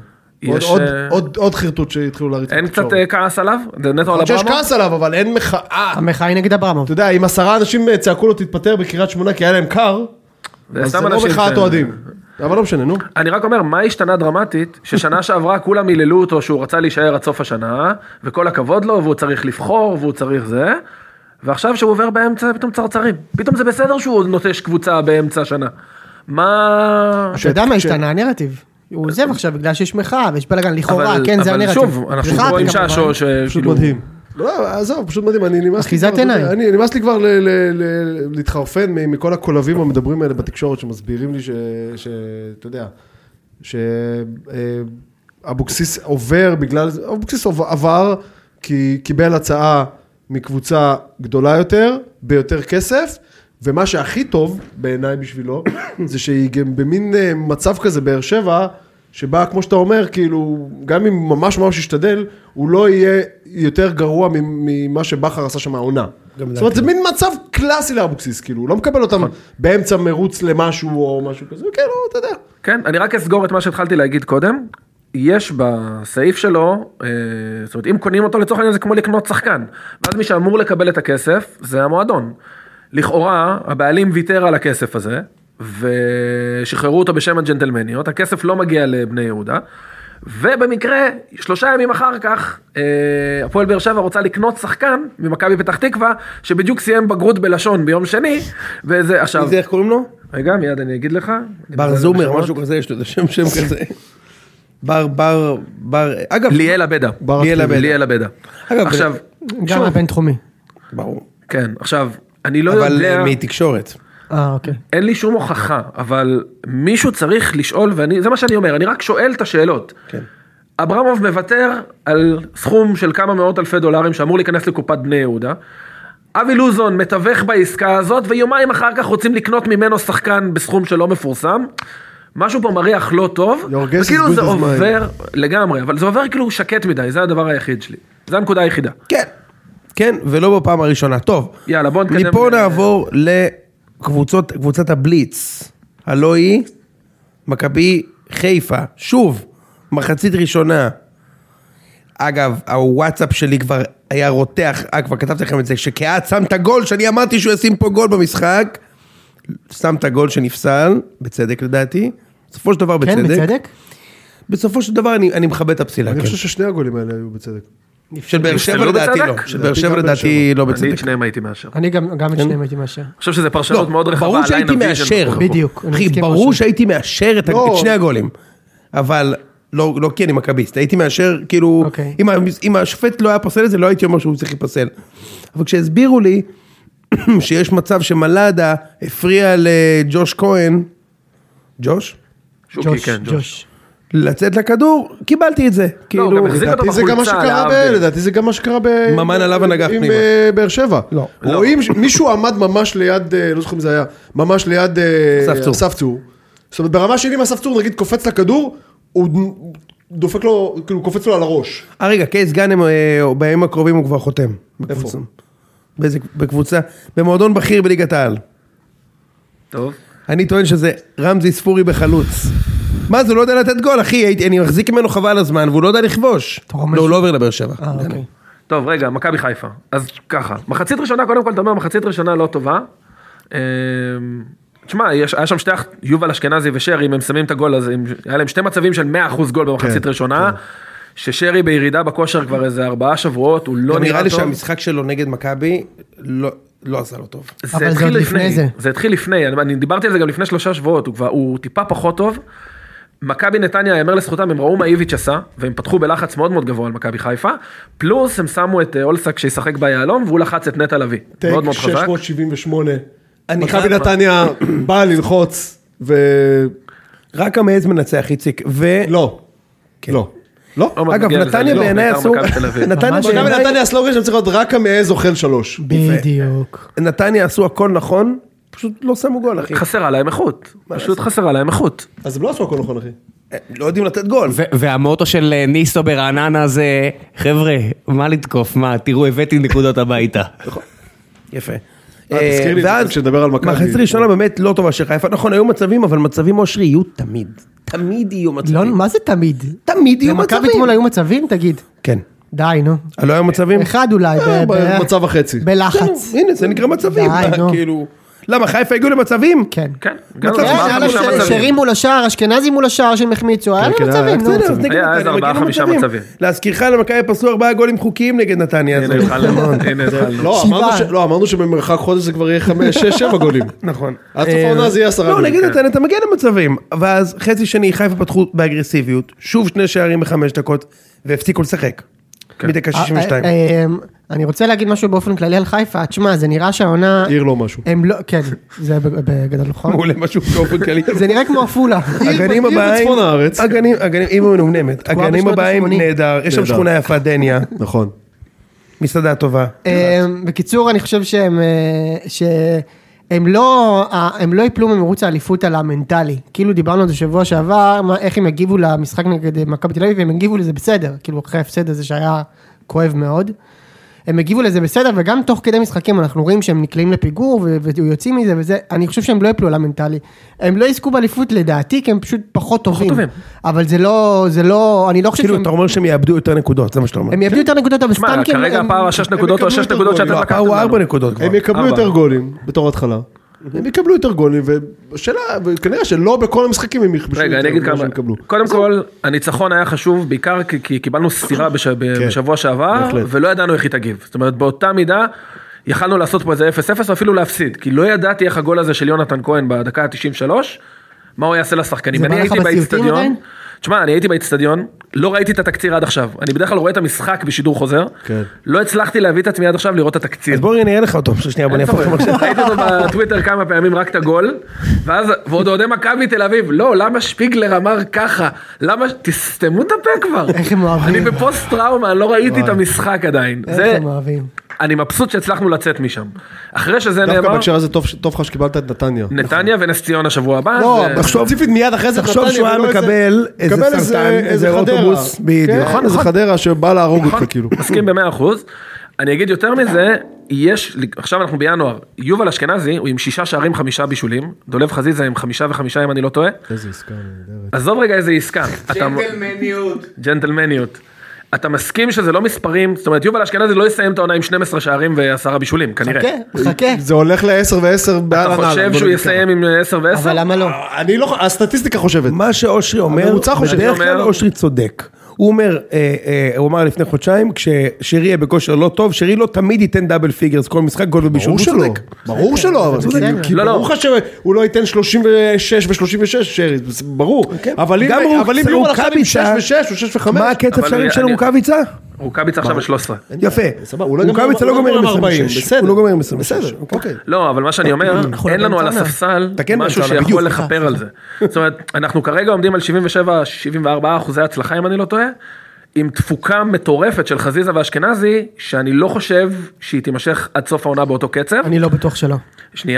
עוד חרטוט שהתחילו להריץ. אין קצת כעס עליו? יש כעס עליו, אבל אין מחאה. המחאה היא נגד אברמוב. אתה יודע, אם 10 אנשים צעקו לו תתפטר בקריית שמונה, כי היה להם קר, אז זה לא מחאת אוהדים. אבל לא משנה, נו. אני רק אומר, מה השתנה דרמטית, ששנה שעברה כולם היללו אותו שהוא רצה להישאר עד סוף השנה, וכל הכבוד לו, והוא צריך לבחור, והוא צריך זה, ועכשיו שהוא עובר באמצע, פתאום צרצרים. פתאום זה בסדר שהוא נוטש קבוצה באמצע השנה. מה... אתה יודע מה השתנה? הנרטיב. הוא עוזב עכשיו בגלל שיש מחאה, ויש בלגן לכאורה, כן, זה הנרטיב. אבל שוב, אנחנו רואים שעשו פשוט מדהים. לא, עזוב, פשוט מדהים, אני נמאס לי כבר להתחרפן מכל הקולבים המדברים האלה בתקשורת שמסבירים לי שאתה יודע, שאבוקסיס עובר בגלל, אבוקסיס עבר כי קיבל הצעה מקבוצה גדולה יותר, ביותר כסף, ומה שהכי טוב בעיניי בשבילו, זה שהיא גם במין מצב כזה באר שבע, שבה, כמו שאתה אומר, כאילו, גם אם ממש ממש ישתדל, הוא לא יהיה יותר גרוע ממה שבחר עשה שם העונה. זאת אומרת, זה מין מצב קלאסי לאבוקסיס, כאילו, הוא לא מקבל אותם באמצע מרוץ למשהו או משהו כזה, כן, אתה יודע. כן, אני רק אסגור את מה שהתחלתי להגיד קודם, יש בסעיף שלו, זאת אומרת, אם קונים אותו לצורך העניין זה כמו לקנות שחקן, ואז מי שאמור לקבל את הכסף, זה המועדון. לכאורה, הבעלים ויתר על הכסף הזה, ושחררו אותו בשם הג'נטלמניות, הכסף לא מגיע לבני יהודה, ובמקרה, 3 ימים אחר כך, הפועל באר שבע רוצה לקנות שחקן ממכבי פתח תקווה, שבדיוק סיים בגרות בלשון ביום שני, וזה עכשיו... איך קוראים לו? רגע, מיד אני אגיד לך. בר זומר, משהו כזה, יש לו שם כזה. אגב... ליאל הבדה. ליאל הבדה. עכשיו... גם הבן תחומי. ברור. כן, עכשיו, אני לא יודע... אבל מתקשורת. אוקיי. אין לי שום הוכחה, אבל מישהו צריך לשאול, וזה מה שאני אומר, אני רק שואל את השאלות. כן. אברמוב מוותר על סכום של כמה מאות אלפי דולרים שאמור להיכנס לקופת בני יהודה. אבי לוזון מתווך בעסקה הזאת, ויומיים אחר כך רוצים לקנות ממנו שחקן בסכום שלא מפורסם. משהו פה מריח לא טוב, וכאילו זה עובר לגמרי, אבל זה עובר כאילו שקט מדי, זה הדבר היחיד שלי. זה הנקודה היחידה. כן, כן, ולא בפעם הראשונה. טוב, יאללה, בוא נתקדם. מפה נעבור לקבוצת הבליץ, הלא היא מכבי חיפה, שוב, מחצית ראשונה. אגב, הוואטסאפ שלי כבר היה רותח, כבר כתבתי לכם את זה, שכעת שם את הגול, שאני אמרתי שהוא ישים פה גול במשחק, שם את הגול שנפסל, בצדק לדעתי, בסופו של דבר בצדק. כן, בצדק? בסופו של דבר אני מכבד את הפסילה. אני חושב ששני הגולים האלה היו בצדק. של באר שבע לדעתי לא. של באר שבע לדעתי לא בצדק. אני את שניהם הייתי מאשר. אני גם את שניהם הייתי מאשר. אני חושב שזה פרשנות מאוד רחבה. ברור שהייתי מאשר. בדיוק. ברור שהייתי מאשר את שני הגולים. אבל לא כי אני מכביסט. הייתי מאשר, כאילו, אם השופט לא היה פסל את זה, לא הייתי אומר שהוא צריך לפסל. אבל כשהסבירו לי שיש מצב שמלאדה הפריע לג'וש כהן, ג'וש? שוקי, כן, ג'וש. לצאת לכדור, קיבלתי את זה. לדעתי זה גם מה שקרה לדעתי זה גם מה שקרה ממן עליו הנגח פנימה. באר שבע. רואים מישהו עמד ממש ליד, לא זוכר אם זה היה, ממש ליד אסף צור. זאת אומרת, ברמה שלי אם אסף צור נגיד קופץ לכדור, הוא דופק לו, כאילו קופץ לו על הראש. רגע, קייס גאנם, בימים הקרובים הוא כבר חותם. איפה? בקבוצה, במועדון בכיר בליגת העל. טוב. אני טוען שזה רמזי ספורי בחלוץ. מה זה, לא יודע לתת גול, אחי, אני מחזיק ממנו חבל הזמן, והוא לא יודע לכבוש. לא, הוא לא עובר לבאר שבע. אוקיי. טוב, רגע, מכבי חיפה. אז ככה, מחצית ראשונה, קודם כל, אתה אומר, מחצית ראשונה לא טובה. תשמע, היה שם יובל אשכנזי ושרי, אם הם שמים את הגול הזה, היה להם 2 מצבים של 100% גול במחצית ראשונה, ששרי בירידה בכושר כבר איזה 4 שבועות, הוא לא נראה טוב. נראה לי שהמשחק שלו נגד מכבי לא עשה לו טוב. אבל זה עוד לפני זה. זה התחיל לפני, אני דיברתי על זה גם לפני 3 שבועות, הוא טיפה פחות טוב. מכבי נתניה, יאמר לזכותם, הם ראו מה איביץ' עשה, והם פתחו בלחץ מאוד מאוד גבוה על מכבי חיפה, פלוס הם שמו את אולסק שישחק ביעלום, והוא לחץ את נטע לביא. מאוד מאוד חזק. 678. מכבי נתניה באה ללחוץ, רק המעז מנצח איציק, לא. לא? אגב, נתניה בעיניי עשו... מכבי נתניה הסלוגן שהם צריכים להיות רק המעז אוכל 3. בדיוק. נתניה עשו הכל נכון, פשוט לא שמו גול, אחי. חסרה להם איכות. פשוט חסרה להם איכות. אז הם לא עשו הכל נכון, אחי. לא יודעים לתת גול. והמוטו של ניסו ברעננה זה, חבר'ה, מה לתקוף? מה, תראו, הבאתי נקודות הביתה. יפה. תזכיר לי כשנדבר על מכבי. מחצית ראשונה באמת לא טובה של חיפה. נכון, היו מצבים, אבל מצבים אושרי יהיו תמיד. תמיד יהיו מצבים. לא, מה זה תמיד? תמיד יהיו מצבים. במכבי אתמול היו מצבים, תגיד. כן. די, נו. לא היו מצבים? אחד אולי. במצב וחצי. בלחץ. הנה, זה נקרא מצבים. די, נו. כאילו... למה, חיפה הגיעו למצבים? כן. כן. שרי מול השער, אשכנזי מול השער של מחמיצו, היה לו מצבים. היה איזה 4-5 מצבים. להזכירך למכבי פסו 4 גולים חוקיים נגד נתניה. לא, אמרנו שבמרחק חודש זה כבר יהיה 5, 6, 7 גולים. נכון. עד סוף העונה זה יהיה 10 לא, גולים. נגד נתניה, אתה מגיע למצבים. ואז חצי שני, חיפה פתחו באגרסיביות, שוב 2 שערים ב5 דקות, והפסיקו לשחק. מדקה 62. אני רוצה להגיד משהו באופן כללי על חיפה, תשמע, זה נראה שהעונה... עיר לא משהו. כן, זה בגדול נכון. מעולה משהו באופן כללי. זה נראה כמו אפולה. הגנים הבאים... בצפון הארץ. אם הוא מנומנמת. הגנים הבאים נהדר, יש שם שכונה יפה, דניה. נכון. מסעדה טובה. בקיצור, אני חושב הם לא יפלו ממרוץ האליפות על המנטלי, כאילו דיברנו על זה שבוע שעבר, איך הם הגיבו למשחק נגד מכבי תל אביב, והם הגיבו לזה בסדר, כאילו אחרי ההפסד הזה שהיה כואב מאוד, הם הגיבו לזה בסדר, וגם תוך כדי משחקים אנחנו רואים שהם נקלעים לפיגור, ויוצאים מזה וזה, אני חושב שהם לא יפלו על המנטלי, הם לא יזכו באליפות לדעתי, כי הם פשוט פחות טובים, אבל זה לא, אני לא חושב כאילו אתה אומר שהם יאבדו יותר נקודות, זה מה שאתה אומר. הם יאבדו יותר נקודות, אבל סתם כי כרגע הפער 6 נקודות או 6 נקודות שאתם לקחתם לנו. 4 נקודות כבר. הם יקבלו יותר גולים בתור התחלה. הם יקבלו יותר גולים, וכנראה שלא בכל המשחקים הם יכבשו יותר. רגע, אני אגיד כמה. קודם כל, הניצחון היה חשוב, בעיקר כי קיבלנו סתירה בשבוע שעבר, ולא ידענו איך היא תגיב. זאת אומרת, באותה מידה, יכלנו לעשות פה איזה 0-0, או אפילו להפסיד, כי לא ידעתי איך הגול הזה של יונתן כהן בדקה ה-93, מה הוא יעשה לשחקנים. אני הייתי באצטדיון, תשמע, אני הייתי באצטדיון, לא ראיתי את התקציר עד עכשיו, אני בדרך כלל רואה את המשחק בשידור חוזר, לא הצלחתי להביא את עצמי עד עכשיו לראות את התקציר. אז בואו נראה לך אותו, שנייה, בוא נהפוך למחשב. ראיתי אותו בטוויטר כמה פעמים רק את הגול, ועוד אוהדי מכבי תל אביב, לא, למה שפיגלר אמר ככה, למה, תסתמו את הפה כבר. איך הם אוהבים. אני בפוסט טראומה, לא ראיתי את המשחק עדיין. איך הם אוהבים. אני מבסוט שהצלחנו לצאת משם. אחרי שזה נאמר... דווקא בהקשר הזה טוב לך שקיבלת את נתניה. נתניה ונס ציונה שבוע הבא. לא, ספציפית מיד אחרי זה תחשוב שהוא היה מקבל איזה סרטן, איזה אוטובוס. נכון, איזה חדרה שבא להרוג אותך כאילו. מסכים ב100%. אני אגיד יותר מזה, עכשיו אנחנו בינואר, יובל אשכנזי, הוא עם 6 שערים 5 בישולים, דולב חזיזה עם 5 ו5 אם אני לא טועה. איזה עסקה. עזוב רגע איזה עסקה. ג'נטלמניות. ג'נטלמניות. אתה מסכים שזה לא מספרים, זאת אומרת, יובל אשכנזי לא יסיים את העונה עם 12 שערים ו10 בישולים, כנראה. חכה. זה הולך ל10 ו10 אתה חושב שהוא יסיים עם 10 ו10? אבל למה לא? אני לא, הסטטיסטיקה חושבת. מה שאושרי אומר, בדרך כלל אושרי צודק. הוא אמר לפני חודשיים, כששרי יהיה בכושר לא טוב, שרי לא תמיד ייתן דאבל פיגרס, כל משחק גול ובישול. ברור שלא, אבל ברור לך שהוא לא ייתן 36 ו36 שרי, ברור. אבל אם יובל עכשיו עם 6 ו6 או 6 ו5, מה הקצב שערים של רוקאביצה? רוקאביצה עכשיו ב-13. יפה. רוקאביצה לא גומר עם 26. הוא לא גומר עם 26. לא, אבל מה שאני אומר, אין לנו על הספסל משהו שיכול לכפר על זה. זאת אומרת, אנחנו כרגע עומדים על 77-74% הצלחה, אם אני לא טועה, עם תפוקה מטורפת של חזיזה ואשכנזי, שאני לא חושב שהיא תימשך עד סוף העונה באותו קצב. אני לא בטוח שלא. שנייה,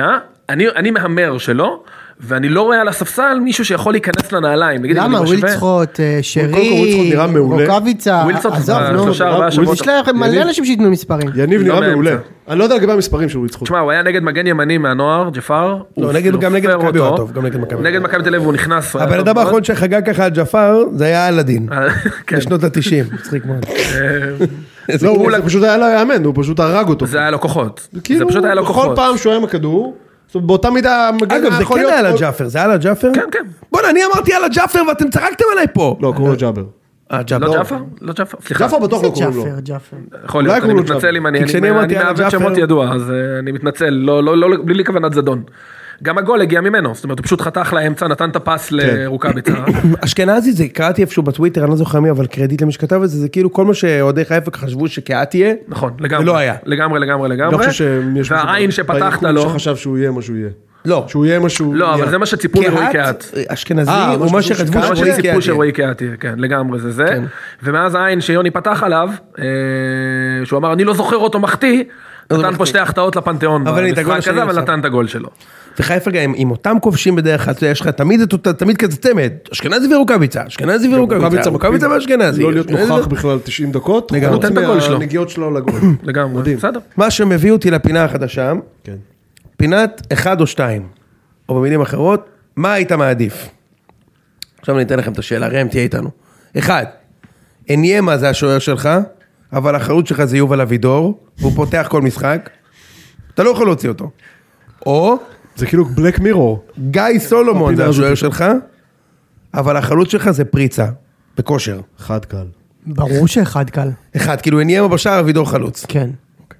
אני מהמר שלא, ואני לא רואה על הספסל מישהו שיכול להיכנס לנעליים. למה? ווילצחוט, שרי, רוקאביצה, עזוב, נו, יש להם מלא אנשים שיתנו מספרים. יניב נראה מעולה. אני לא יודע לגבי המספרים של ווילצחוט. תשמע, הוא היה נגד מגן ימני מהנוער, ג'פר. לא, גם נגד מכבי הוא טוב, גם נגד מכבי. נגד מכבי תל אביב הוא נכנס. הבן אדם האחרון שחגג ככה על ג'פר, זה היה אלאדין. בשנות ה-90, מצחיק מאוד. לא, הוא פשוט היה לו יאמן, הוא פשוט הרג אותו. זה היה לו כוחות. זה פשוט היה לו כוחות. בכל פעם שהוא היה עם הכדור, באותה מידה... אגב, זה כן היה על הג'אפר, זה היה על הג'אפר? כן, כן. בוא'נה, אני אמרתי על הג'אפר ואתם צחקתם עליי פה. לא, קוראים לו ג'אבר. לא ג'אפר? לא ג'אפר, סליחה. ג'אפר בטוח לא קוראים לו. יכול להיות, אני מתנצל אם אני מעוות שמות ידוע, אז אני מתנצל, בלי לי כוונת זדון. גם הגול הגיע ממנו, זאת אומרת, הוא פשוט חתך לאמצע, נתן את הפס לרוקאביצה. אשכנזי, זה קראתי איפשהו בטוויטר, אני לא זוכר מי, אבל קרדיט למי שכתב את זה, זה כאילו כל מה שאוהדי חיפה חשבו שכעת תהיה, נכון, לגמרי. ולא היה. לגמרי. לא חושב שיש והעין שפתחת לו. שחשב שהוא יהיה מה שהוא יהיה. לא. שהוא יהיה מה שהוא... לא, אבל זה מה שציפו לרועי קהת. אשכנזי, הוא מה שחשבו שרועי קהת יהיה, כן, לגמרי זה זה. ומאז העין שיוני פתח עליו, שהוא אמר, אני לא זוכר אותו מחטיא, נתן פה שתי החטאות לפנתיאון במשחק כזה, אבל נתן את הגול שלו. וחיפה גם עם אותם כובשים בדרך כלל, יש לך תמיד כזה צמד, אשכנזי ורוקאביצה, אשכנזי ורוקאביצה, רוקאביצה ואשכנזי. לא להיות נוכח בכלל 90 דקות, הוא נותן את הגול שלו. הנגיעות שלו לגול. לגמרי, בסדר. מה שמביא אותי לפינה החדשה, פינת 1 או 2, או במילים אחרות, מה היית מעדיף? עכשיו אני אתן לכם את השאלה, ראם תהיה איתנו. 1, אניימה זה השוער שלך, אבל החלוץ שלך זה יובל אבידור, והוא פותח כל משחק, אתה לא יכול להוציא אותו. או... זה כאילו בלק מירור. גיא סולומון זה השוער שלך, אבל החלוץ שלך זה פריצה, בכושר. אחד קל. ברור שאחד קל. אחד, כאילו אניימה בשער אבידור חלוץ. כן.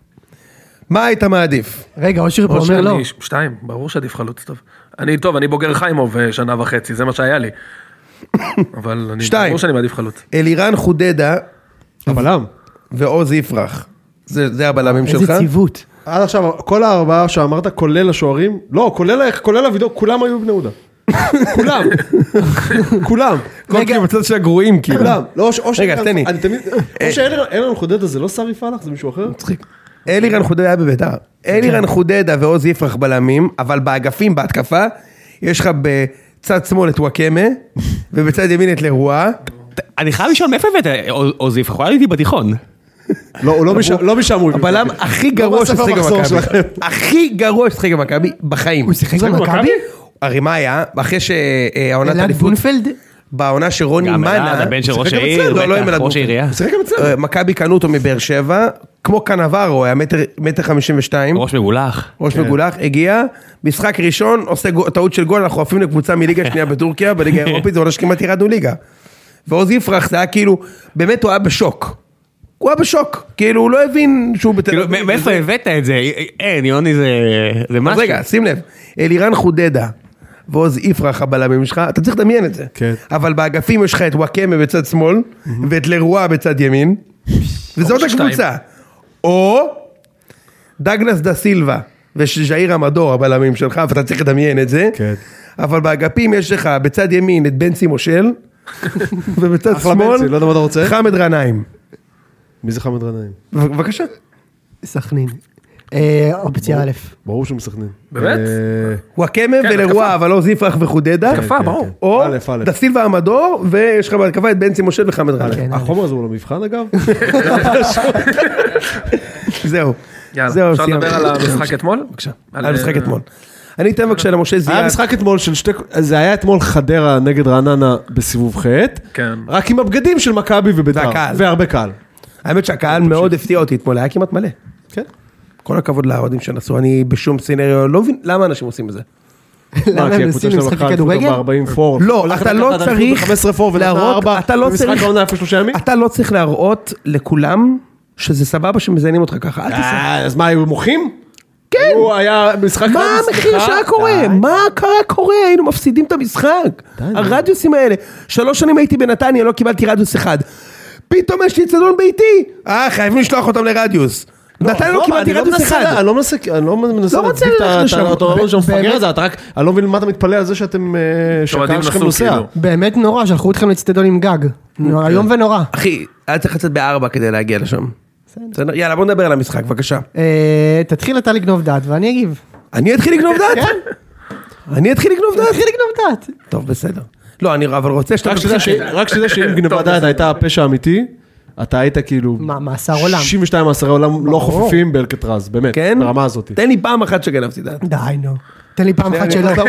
מה היית מעדיף? רגע, אושר פה אומר לא. 2, ברור שעדיף חלוץ טוב. אני בוגר חיימוב 1.5 שנה, זה מה שהיה לי. אבל ברור שאני מעדיף חלוץ. אלירן חודדה, הבלם. ועוז יפרח. זה הבלמים שלך. איזה ציוות. עד עכשיו, כל הארבעה שאמרת, כולל השוערים, לא, כולל הוידאו, כולם היו בני יהודה. כולם. כל כאילו בצד של הגרועים, כאילו. כולם. רגע, תן לי. או שאלירן חודדה זה לא שר יפעלך, זה מישהו אחר? מצחיק. אלירן חודדה היה בביתר. אלירן חודדה ועוז יפרח בלמים, אבל באגפים, בהתקפה, יש לך בצד שמאל את וואקמה, ובצד ימין את לרואה. אני חייב לשאול מאיפה הבאת עוז יפרח, הוא היה איתי בתיכון. לא, הוא לא משם הוא. הבלם הכי גרוע ששחק במכבי. הכי גרוע ששחק במכבי בחיים. הוא שיחק במכבי? הרי מה היה? אחרי שהעונת אלעד בונפלד? בעונה שרוני מנה. גם הבן של ראש העיר, ראש העירייה. מכבי קנו אותו מבאר שבע, כמו קנברו, היה 1.52 מטר. ראש מגולח. ראש מגולח, הגיע, משחק ראשון, עושה טעות של גול, אנחנו עפים לקבוצה מליגה שנייה בטורקיה, בליגה האירופית, זה עונה שכמעט ירדנו ליגה. ועוז יפרח, זה היה כאילו, באמת הוא היה בשוק. הוא היה בשוק, כאילו הוא לא הבין שהוא בתל אביב. מאיפה הבאת את זה? אין, יוני זה משהו. רגע, שים לב, אלירן חודדה, ועוז יפרח הבלמים שלך, אתה צריך לדמיין את זה. אבל באגפים יש לך את וואקמה בצד שמאל, ואת לרואה בצד ימין, וזאת הקבוצה. או דגלס דה סילבה, וז'איר המדור הבלמים שלך, ואתה צריך לדמיין את זה. אבל באגפים יש לך בצד ימין את בנצי מושל, ובצד שמאל, חמד רנאים. מי זה חמד רנאים? בבקשה. סכנין. אופציה א'. ברור שהוא מסכנין. באמת? וואקמה ולרואה, אבל לא זיפרח וחודדה. התקפה, ברור. או דה סילבה המדור, ויש לך בהתקפה את בנצי מושל וחמד רנאים. החומר הזה הוא לא מבחן אגב? זהו. יאללה, אפשר לדבר על המשחק אתמול? בבקשה. על המשחק אתמול. אני אתן בבקשה למשה זיאד. היה משחק אתמול של זה היה אתמול חדרה נגד רעננה בסיבוב ח' רק עם הבגדים של מכבי ובית"ר. והרבה קהל. האמת שהקהל מאוד הפתיע אותי אתמול, היה כמעט מלא. כן. כל הכבוד לאוהדים שנסו, אני בשום סצנריו לא מבין למה אנשים עושים את זה. למה הם עושים משחק כדורגל? לא, אתה לא צריך להראות, אתה לא צריך להראות לכולם שזה סבבה שמזיינים אותך ככה, אל תעשה. אז מה, היו מוחים? כן. הוא היה משחק... מה המחיר שהיה קורה? מה קורה? היינו מפסידים את המשחק. הרדיוסים האלה. 3 שנים הייתי בנתניה, לא קיבלתי רדיוס אחד. פתאום יש לי צדון ביתי. חייבים לשלוח אותם לרדיוס. נתניה לא קיבלתי רדיוס אחד. אני לא מנסה להצדיק את הרעיון שמפגר את זה, אני לא מבין למה אתה מתפלא על זה שאתם שקר שלכם נוסע. באמת נורא, שלחו אתכם לצדון עם גג. היום ונורא. אחי, היה צריך לצאת ב4 כדי להגיע לשם. יאללה, בוא נדבר על המשחק, בבקשה. תתחיל אתה לגנוב דעת ואני אגיב. אני אתחיל לגנוב דעת? אני אתחיל לגנוב דעת? טוב, בסדר. לא, אני אבל רוצה שאתה... רק שזה שאם גנבת דעת הייתה הפשע אמיתי, אתה היית כאילו... מאסר עולם. 62 מאסרי עולם לא חופפים באלקטרז, באמת, כן? ברמה הזאת. תן לי פעם אחת שגנבתי דעת. די, נו. תן לי פעם אחת שלא.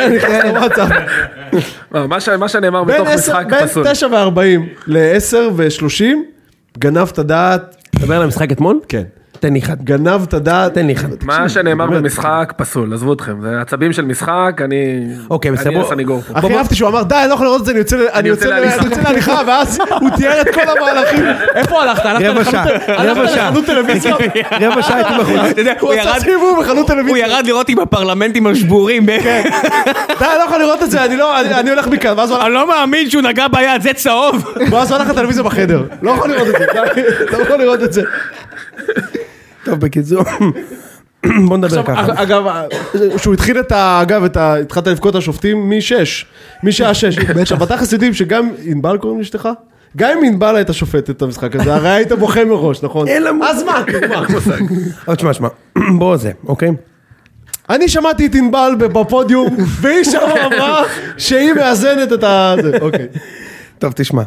מה שנאמר בתוך משחק פסול. בין 9 ו-40 ל-10 ו-30, גנבת דעת. תדבר על המשחק אתמול? כן. תן לי אחד. גנבת דעת. תן לי אחד. מה שנאמר במשחק פסול, עזבו אתכם, זה עצבים של משחק, אוקיי, בסדר. אני הסניגור פה. הכי אהבתי שהוא אמר, די, אני לא יכול לראות את זה, אני יוצא להליכה, ואז הוא תיאר את כל המהלכים. איפה הלכת? רבע לחנות טלוויזיה? רבע שעה הייתי בחוץ. הוא עשה סיבוב בחנות טלוויזיה. הוא ירד לראות עם הפרלמנטים השבורים. די, אני לא יכול לראות את זה, אני הולך מכאן. אני לא מאמין שהוא נגע ביד, זה צהוב. ואז הוא הלך לטלוויזיה בחדר. לא יכול לראות את זה. טוב, בקיצור, בוא נדבר ככה. אגב, שהוא התחיל התחלת לבכות השופטים משעה 6. עכשיו, בתכלס יודעים שגם ענבל קוראים לאשתך? גם אם ענבל היית שופטת את המשחק הזה, הרי היית בוכה מראש, נכון? אז מה? אבל שמע, בוא זה, אוקיי? אני שמעתי את ענבל בפודיום, והיא שם אמרה שהיא מאזנת את זה, אוקיי. טוב, תשמע.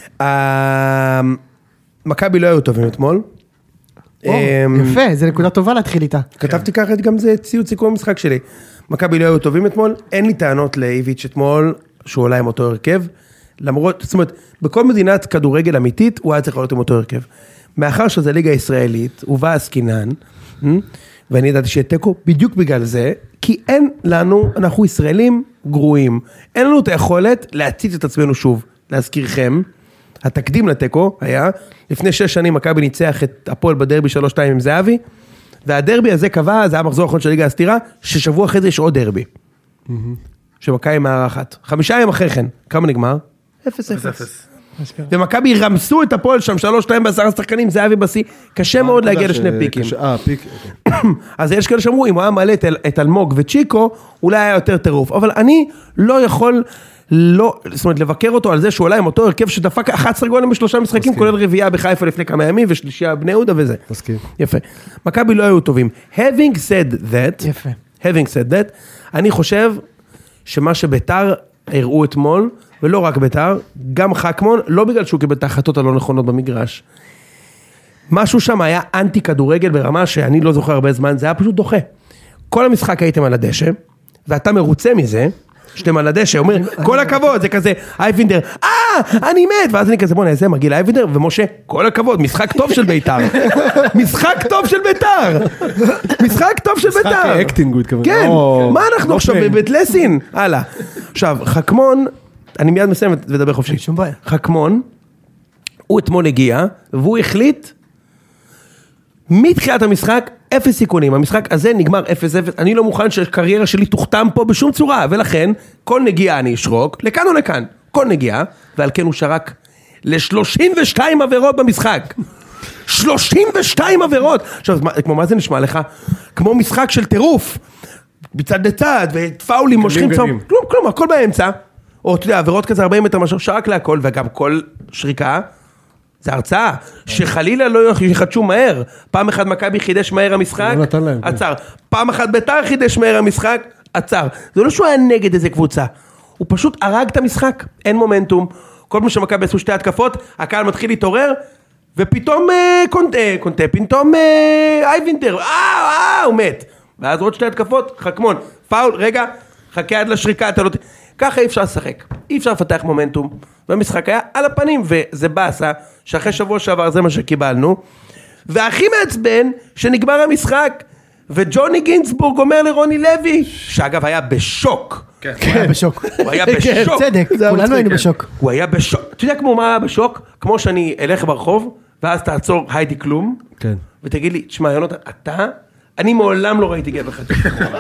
מכבי לא היו טובים אתמול. יפה, זה נקודה טובה להתחיל איתה. כתבתי ככה גם זה ציוד סיכום המשחק שלי. מכבי לא היו טובים אתמול, אין לי טענות לאיביץ' אתמול, שהוא עולה עם אותו הרכב, למרות, זאת אומרת, בכל מדינת כדורגל אמיתית, הוא היה צריך לעלות עם אותו הרכב. מאחר שזה ליגה ישראלית, הוא בא עסקינן, ואני ידעתי שתקו בדיוק בגלל זה, כי אין לנו, אנחנו ישראלים גרועים, אין לנו את היכולת להציץ את עצמנו שוב, להזכירכם, התקדים לתקו היה, לפני 6 שנים מכבי ניצח את הפועל בדרבי 3-2 עם זהבי, והדרבי הזה קבע, זה היה מחזור האחרון של ליגה הסתירה, ששבוע אחרי זה יש עוד דרבי. שמכבי מארחת. 5 ימים אחרי כן, כמה נגמר? 0-0. ומכבי רמסו את הפועל שם 3-2 ב10 שחקנים, זהבי בסי, קשה מאוד להגיע לשני פיקים. אז יש כאלה שאמרו, אם הוא היה מעלה את אלמוג וצ'יקו, אולי היה יותר טירוף, אבל אני לא יכול... לא, זאת אומרת, לבקר אותו על זה שהוא עולה עם אותו הרכב שדפק 11 גולים ב3 משחקים, כולל רביעייה בחיפה לפני כמה ימים, ושלישייה בני יהודה וזה. מסכים. יפה. מכבי לא היו טובים. Having said that, אני חושב שמה שביתר הראו אתמול, ולא רק ביתר, גם חכמון, לא בגלל שהוא קיבל את ההחלטות הלא נכונות במגרש. משהו שם היה אנטי כדורגל ברמה שאני לא זוכר הרבה זמן, זה היה פשוט דוחה. כל המשחק הייתם על הדשא, ואתה מרוצה מזה, שאתם על הדשא, אומר, כל הכבוד, זה כזה, אייבינדר, אני מת, ואז אני כזה, בוא נעשה, מרגיל אייבינדר, ומשה, כל הכבוד, משחק טוב של ביתר, משחק טוב של ביתר, משחק טוב של ביתר, משחק אקטינג, הוא התכוון. כן, מה אנחנו עכשיו בבית לסין? הלאה. עכשיו, חכמון, אני מיד מסיים ודבר חופשי, חכמון, הוא אתמול הגיע, והוא החליט, מתחילת המשחק, 0 סיכונים, המשחק הזה נגמר 0-0, אני לא מוכן שהקריירה שלי תוכתם פה בשום צורה, ולכן, כל נגיעה אני אשרוק, לכאן או לכאן, כל נגיעה, ועל כן הוא שרק ל-32 עבירות במשחק, 32 עבירות, עכשיו, כמו מה זה נשמע לך? כמו משחק של טירוף, בצד לצד, ופאולים מושכים צהוב, כלום, הכל באמצע, או אתה יודע, עבירות כזה 40 מטר משהו, שרק להכל, וגם כל שריקה, זה הרצאה, שחלילה לא יחדשו מהר, פעם אחת מכבי חידש מהר המשחק, עצר, פעם אחת ביתר חידש מהר המשחק, עצר, זה לא שהוא היה נגד איזה קבוצה, הוא פשוט הרג את המשחק, אין מומנטום, כל פעם שמכבי עשו 2 התקפות, הקהל מתחיל להתעורר, ופתאום קונטה, פתאום אייבינדר, הוא מת, ואז עוד 2 התקפות, חכמון, פאול, רגע, חכה עד לשריקה, ככה אי אפשר לשחק, אי אפשר לפתח מומנטום, והמשחק היה על הפנים, וזה באסה, שאחרי שבוע שעבר זה מה שקיבלנו, והכי מעצבן, שנגמר המשחק, וג'וני גינסבורג אומר לרוני לוי, שאגב היה בשוק, הוא היה בשוק, הוא היה בשוק, צדק, כולנו היינו בשוק, הוא היה בשוק, אתה יודע כמו מה היה בשוק? כמו שאני אלך ברחוב, ואז תעצור היידי כלום, ותגיד לי, תשמע יונתן, אני מעולם לא ראיתי גבר חצי,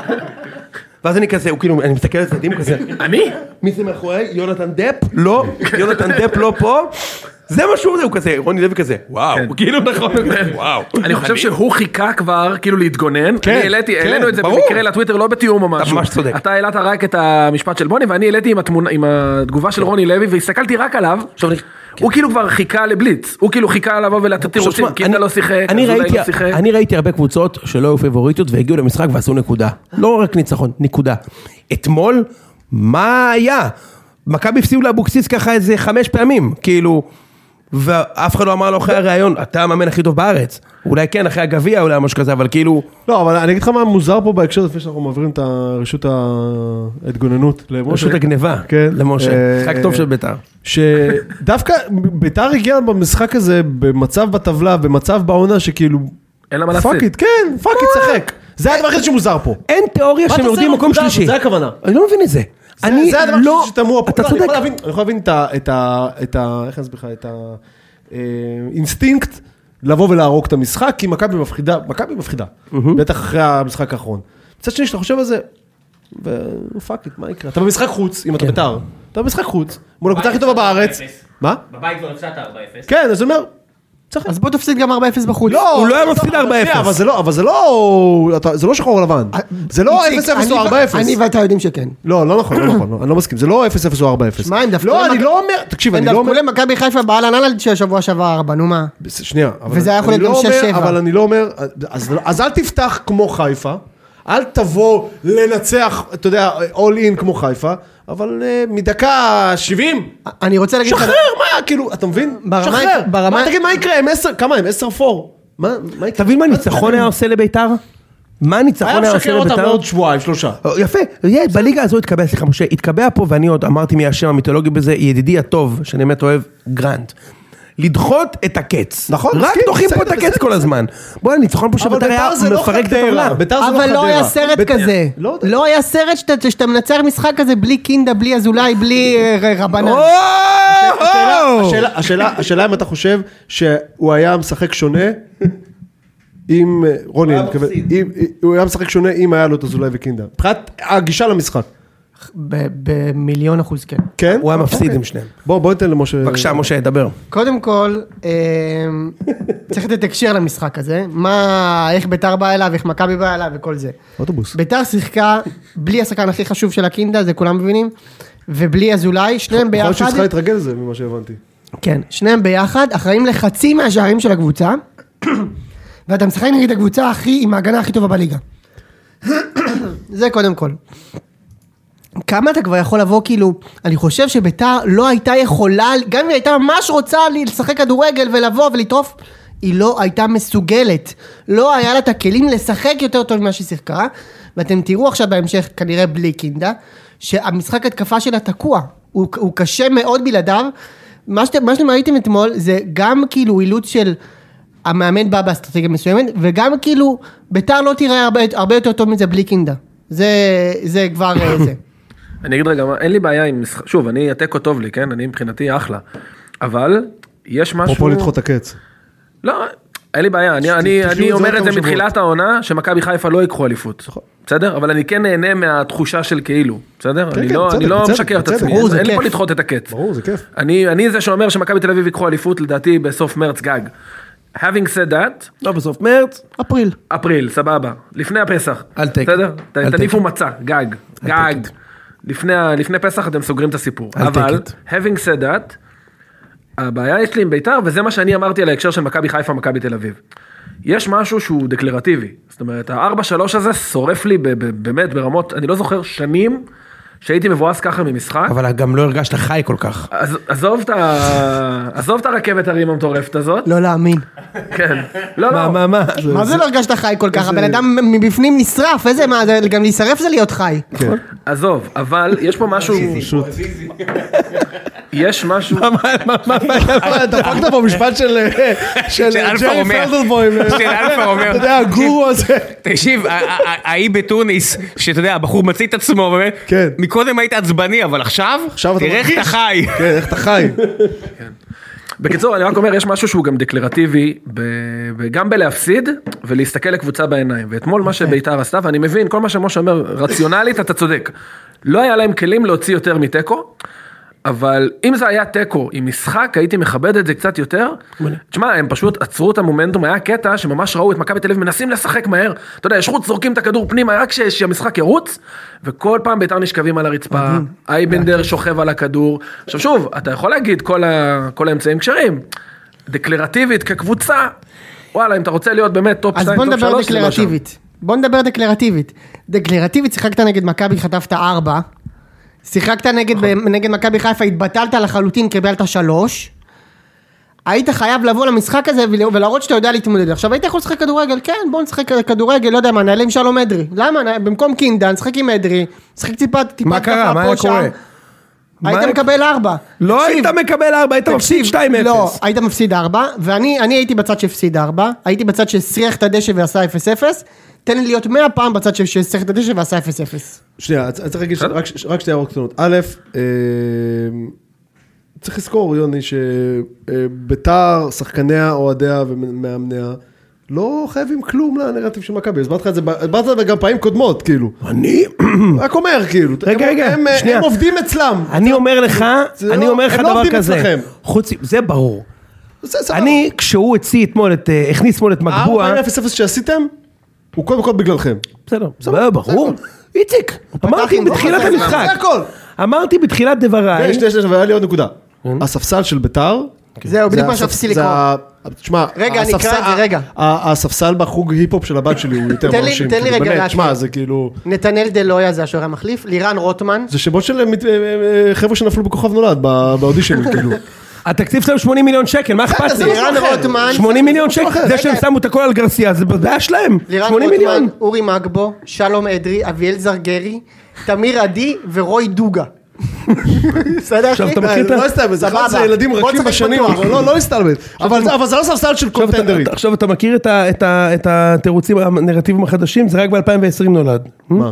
ואז אני כזה, אני מסתכל על צדדים כזה, אני? מי זה מאחורי? יונתן דפ? לא, יונתן דפ לא פה, זה משהו, הוא כזה, רוני לוי כזה, וואו, כאילו נכון, וואו. אני חושב שהוא חיכה כבר, כאילו להתגונן, העלינו את זה במקרה לטוויטר, לא בתיאום או משהו. אתה ממש צודק. אתה העלת רק את המשפט של בוני, ואני העליתי עם התגובה של רוני לוי, והסתכלתי רק עליו, הוא כאילו כבר חיכה לבליץ, הוא כאילו חיכה לבוא ולתת תירוצים, קינדה לא שיחק, אזולאי לא שיחק. אני ראיתי הרבה קבוצות שלא היו פייבוריטיות והגיעו למשחק ועשו נקודה. לא רק ניצחון, נקודה. אתמול, מה היה? מכבי הפסיעו לאבוקסיס ככה איזה 5 פעמים, כאילו, ואף אחד לא אמר לו אחרי הרעיון, אתה המאמן הכי טוב בארץ. אולי כן, אחרי הגביע, אולי משהו כזה, אבל כאילו... לא, אבל אני אגיד לך מה מוזר פה בהקשר, לפני שאנחנו מעבירים את רשות ההתגוננות למשה. רשות הגניבה, למשה. משחק טוב של ביתר. שדווקא ביתר הגיע במשחק הזה, במצב בטבלה, במצב בעונה שכאילו... אין לה מה להפסיד. פאקית, כן, פאקית, שחק. זה הדבר הכי שמוזר פה. אין תיאוריה שהם יורדים מקום שלישי. זה הכוונה. אני לא מבין את זה. זה הדבר הכי שתמוה פה. אתה צודק. אני יכול להבין את איך אני אסביר לך, את האינסטינקט לבוא ולהרוג את המשחק, כי מכבי מפחידה. בטח אחרי המשחק האחרון. מצד שני, שאתה חושב על זה, ופאקית, מה יקרה? אתה במשחק חוץ, אם אתה ביתר. אתה במשחק חוץ, מול הקבוצה הכי טובה בארץ. מה? בבית כבר הפסדת 4-0. כן, אז אני אומר... אז בוא תפסיד גם 4-0 בחוץ. לא, הוא לא היה מפסיד 4-0. אבל זה לא שחור לבן. זה לא 0-0 או 4-0. אני ואתה יודעים שכן. לא נכון, אני לא מסכים. זה לא 0-0 או 4-0. מה, הם דווקא... לא, אני לא אומר... תקשיב, אני לא אומר... הם דווקא למכבי חיפה בעל הנהל שבוע שעבר 4, נו מה? שנייה. וזה היה יכול להיות גם 6-7. אבל אני לא אומר... אז אל תפתח כמו חיפה. אל תבוא לנצח, אתה יודע, all in כמו חיפה. אבל מדקה 70. אני רוצה להגיד... שחרר, מה, כאילו, אתה מבין? שחרר. מה, תגיד, מה יקרה? כמה הם? 10-4? מה יקרה? תבין מה ניצחון היה עושה לביתר? מה ניצחון היה עושה לביתר? אותם עוד שבועיים, 3. יפה, בליגה הזו התקבע, סליחה משה, התקבע פה ואני עוד אמרתי מי השם המיתולוגי בזה, ידידי הטוב, שאני באמת אוהב, גרנט. לדחות את הקץ. נכון, רק דוחים פה את הקץ כל הזמן. בואי, ניצחון פה שביתר היה מפרק את הטבלה. אבל לא היה סרט כזה. לא היה סרט שאתה מנצח משחק כזה בלי קינדה, בלי אזולאי, בלי רבנן. השאלה אם אתה חושב שהוא היה משחק שונה עם רוני, הוא היה משחק שונה אם היה לו את אזולאי וקינדה. מבחינת הגישה למשחק. ב1,000,000% כן. כן? הוא היה מפסיד עם שניהם. בוא ניתן למשה. בבקשה, משה, דבר. קודם כל, צריך לתת הקשר למשחק הזה, איך ביתר בא אליו, איך מכבי בא אליו וכל זה. אוטובוס. ביתר שיחקה בלי השחקן הכי חשוב של הקינדה, זה כולם מבינים, ובלי אזולאי, שניהם ביחד. יכול להיות שצריכה להתרגל לזה ממה שהבנתי. כן, שניהם ביחד, אחראים לחצי מהשערים של הקבוצה, ואתה משחק נגד הקבוצה עם ההגנה הכי טובה בליגה. זה קודם כל. כמה אתה כבר יכול לבוא, כאילו, אני חושב שביתר לא הייתה יכולה, גם אם היא הייתה ממש רוצה לשחק כדורגל ולבוא ולטרוף, היא לא הייתה מסוגלת, לא היה לה את הכלים לשחק יותר טוב ממה שהיא שיחקה, ואתם תראו עכשיו בהמשך, כנראה בלי קינדה, שהמשחק התקפה שלה תקוע, הוא קשה מאוד בלעדיו, מה שאתם ראיתם אתמול, זה גם כאילו אילוץ של המאמן בא באסטרטגיה מסוימת, וגם כאילו, ביתר לא תראה הרבה יותר טוב מזה בלי קינדה, זה כבר זה. אני אגיד רגע, אין לי בעיה עם משחק, שוב, אני התיקו טוב לי, כן? אני מבחינתי אחלה, אבל יש משהו... פה לדחות את הקץ. לא, אין לי בעיה, אני אומר את זה מתחילת העונה, שמכבי חיפה לא יקחו אליפות, בסדר? אבל אני כן נהנה מהתחושה של כאילו, בסדר? אני לא משקר את עצמי, אין לי פה לדחות את הקץ. ברור, זה כיף. אני זה שאומר שמכבי תל אביב יקחו אליפות, לדעתי בסוף מרץ גג. Having said that, לא בסוף מרץ, אפריל, סבבה, לפני הפסח, אל תק, בסדר? תניפו מצע, גג, לפני פסח אתם סוגרים את הסיפור, אבל having said that, הבעיה יש לי עם ביתר, וזה מה שאני אמרתי על ההקשר של מכבי חיפה, מכבי תל אביב. יש משהו שהוא דקלרטיבי, זאת אומרת, ה-4-3 הזה שורף לי באמת ברמות, אני לא זוכר שנים, שהייתי מבואס ככה ממשחק. אבל גם לא הרגשת חי כל כך. עזוב את הרכבת הרים המטורפת הזאת. לא להאמין. כן. לא. מה זה לא הרגשת חי כל כך? הבן אדם מבפנים נשרף, איזה מה, גם להישרף זה להיות חי. עזוב, אבל יש פה משהו... יש משהו... דפקת פה משפט של ג'רי פלדרבוים. של אלפא אומר. אתה יודע, הגורו הזה. תקשיב, האי בתוניס, שאתה יודע, הבחור מציא את עצמו, באמת. מקודם היית עצבני, אבל עכשיו, תראה איך אתה חי. כן, איך אתה חי. בקיצור, אני רק אומר, יש משהו שהוא גם דקלרטיבי, גם בלהפסיד, ולהסתכל לקבוצה בעיניים. ואתמול מה שביתר עשתה, ואני מבין, כל מה שמשה אומר, רציונלית, אתה צודק. לא היה להם כלים להוציא יותר מתיקו, אבל אם זה היה טקו עם משחק, הייתי מכבד את זה קצת יותר. תשמע, הם פשוט עצרו את המומנטום, היה קטע שממש ראו את מכבי תל אביב מנסים לשחק מהר. אתה יודע, יש רוץ, זורקים את הכדור פנימה, רק שהמשחק ירוץ, וכל פעם בית"ר נשכבים על הרצפה, אייבנדר שוכב על הכדור. עכשיו שוב, אתה יכול להגיד כל האמצעים כשרים, דקלרטיבית כקבוצה, וואלה, אם אתה רוצה להיות באמת טופ 2, טופ 3, אז בוא נדבר דקלרטיבית. בוא נדבר דקלרטיבית. דקלרטיבית, שיחקת נגד מכבי, חטפת 4. שיחקת נגד מכבי חיפה, התבטלת לחלוטין, קיבלת 3. היית חייב לבוא למשחק הזה ולהראות שאתה יודע להתמודד. עכשיו היית יכול לשחק כדורגל, כן, בוא נשחק כדורגל, לא יודע מה, נעלה עם שלום אדרי. למה? במקום קינדה, נשחק עם אדרי, נשחק טיפה מה קרה? מה היה קורה? היית מקבל 4. לא היית מקבל 4, היית מפסיד 2-0. לא, היית מפסיד 4, ואני הייתי בצד שהפסיד 4, הייתי בצד שסריח את הדשא ועשה 0-0, תן לי להיות 100 פעם בצד שסריח את הדשא ועשה 0-0. שנייה, אני צריך להגיד רק שתי הערות קטנות. א', צריך לזכור, יוני, שבית"ר, שחקניה, אוהדיה ומאמניה, לא חייבים כלום לנרטיב של מכבי. הסברת לך את זה, הסברת את זה גם פעמים קודמות, כאילו. אני? רק אומר, כאילו. רגע, הם עובדים אצלם. אני אומר לך דבר כזה. זה ברור. אני, כשהוא הכניס אתמול את מגבוע... 4-0 שעשיתם, הוא קודם כל בגללכם. בסדר, ברור. איציק, אמרתי בתחילת המשחק. אמרתי בתחילת דבריי. והיה לי עוד נקודה. הספסל של בית"ר, זהו, בדיוק מה שאפסי לקרוא. תשמע, רגע, אני אקרא את זה, רגע. הספסל בחוג היפ-הופ של הבת שלי הוא יותר מרשים. תן לי רגע להקריא. תשמע, זה כאילו... נתנאל דלויה זה השוער המחליף, לירן רוטמן. זה שמות של חבר'ה שנפלו בכוכב נולד, באודישנים, כאילו. התקציב שלהם 80 מיליון שקל, מה אכפת לי? לירן רוטמן. 80 מיליון שקל, זה שהם שמו את הכל על גרסיה, זה בעיה שלהם. 80 מיליון. אורי מגבו, שלום אדרי, אביאל זרגרי, תמיר עדי ורוי דוגה. בסדר? עכשיו אתה מכיר את לא הסתלבט, זה אחד זה ילדים רכים בשנים, לא הסתלבט. אבל זה לא ספסל של קונטנדרית. עכשיו אתה מכיר את התירוצים, הנרטיבים החדשים, זה רק ב-2020 נולד. מה?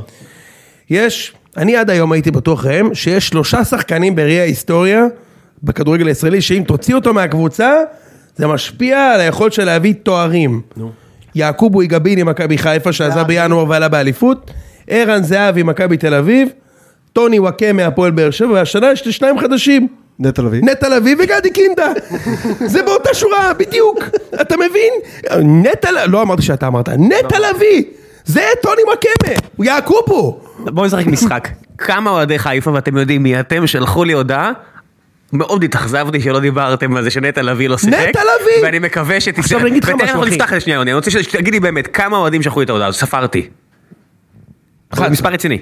אני עד היום הייתי בטוח ראם, שיש 3 שחקנים בראי ההיסטוריה, בכדורגל הישראלי, שאם תוציא אותו מהקבוצה, זה משפיע על היכולת של להביא תוארים. יעקוב איגבין עם מכבי חיפה, שעזב בינואר ועלה באליפות, ערן זהבי עם מכבי תל אביב, טוני וואקה מהפועל באר שבע, והשנה יש 2 חדשים. נטע לביא וגדי קינדה. זה באותה שורה, בדיוק. אתה מבין? לא אמרתי שאתה אמרת, נטע לביא. זה טוני וואקה, הוא יעקוב פה. בואו נשחק משחק. כמה אוהדי חיפה, ואתם יודעים מי אתם, שלחו לי הודעה, מאוד התאכזבתי שלא דיברתם על זה שנטע לביא לא שיחק. נטע לביא! ואני מקווה שתצטרך. עכשיו אני אגיד לך משהו, אחי. נפתח את השנייה, אני רוצה שתגיד לי באמת, כמה אוהדים שלחו לי את ההודעה, ספרתי. מספר רציני.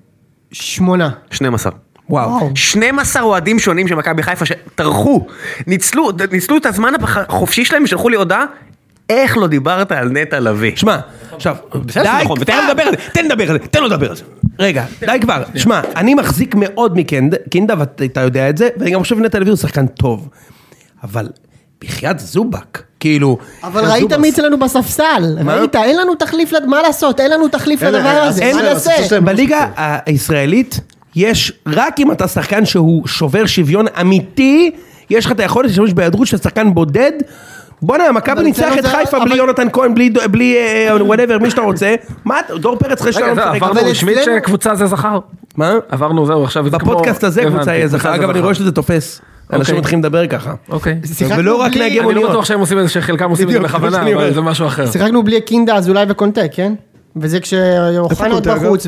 8. 12. וואו. 12 אוהדים שונים של מכבי חיפה שטרחו, ניצלו את הזמן החופשי שלהם ושלחו לי הודעה, איך לא דיברת על נטע לביא? שמע, עכשיו, בסדר, נכון, ותן לדבר על זה, תן לו לדבר על זה. רגע, די כבר. שמע, אני מחזיק מאוד מקינדה, ואתה יודע את זה, ואני גם חושב נטע לביא הוא שחקן טוב. אבל בחייאת זובק, כאילו... אבל ראית מי אצלנו בספסל, ראית, אין לנו תחליף, מה לעשות? אין לנו תחליף לדבר הזה, מה נעשה? בליגה הישראלית, יש, רק אם אתה שחקן שהוא שובר שוויון אמיתי, יש לך את היכולת להשתמש בהיעדרות של שחקן בודד, בוא'נה, מכבי ניצח את חיפה בלי יונתן כהן, בלי whatever, מי שאתה רוצה. מה, דור פרץ חשי שלנו משחק. עברנו רשמית שקבוצה זה זכר. מה? עברנו זהו, עכשיו זה כמו... בפודקאסט הזה קבוצה יהיה זכר. אגב, אני רואה שזה תופס. אנשים מתחילים לדבר ככה. אוקיי. ולא רק נהגי מוניות. אני לא בטוח שהם עושים את זה, שחלקם עושים את זה בכוונה, אבל זה משהו אחר. שיחקנו בלי קינדה, אזולאי וקונטה, כן? וזה כשאוחנה עוד בחוץ,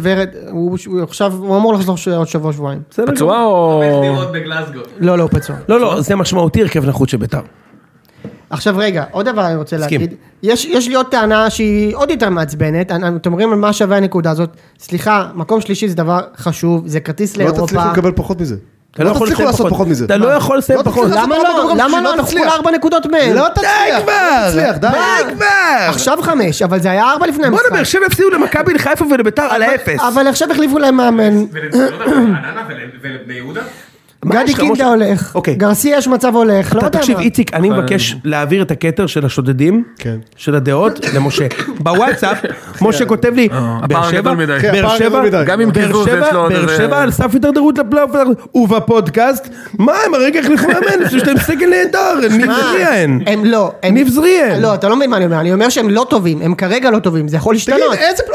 הוא אמור לחזור עוד שבוע-שבועיים. פצוע או... לא, פצוע. לא, זה משמעותי הרכב נחות של בית"ר. עכשיו רגע, עוד דבר אני רוצה להגיד, יש לי עוד טענה שהיא עוד יותר מעצבנת, אתם אומרים על מה שווה הנקודה הזאת, סליחה, מקום שלישי זה דבר חשוב, זה כרטיס לאירופה. לא תצליחו לקבל פחות מזה. לא תצליחו לעשות פחות מזה. אתה לא יכול לסיים פחות. למה לא? למה לא? אנחנו 4 נקודות מהם. לא תצליח. די כבר. עכשיו 5, אבל זה היה 4 לפני המשחק. בוא נדבר, עכשיו הפסידו למכבי לחיפה ולבית"ר על 0. אבל עכשיו החליפו להם מאמן. ולבני יהודה? גדי קינדה הולך, גרסיה יש מצב הולך, לא יודע מה. תקשיב איציק, אני מבקש להעביר את הכתר של השודדים, של הדעות, למשה. בוואטסאפ, משה כותב לי, באר שבע על סף התדרדרות לפלייאוף, ובפודקאסט, מה הם הרגע החליפו מאמן, יש להם סגל נהדר, ניב זריאן. לא, אתה לא מבין מה אני אומר, אני אומר שהם לא טובים, הם כרגע לא טובים, זה יכול להשתנות.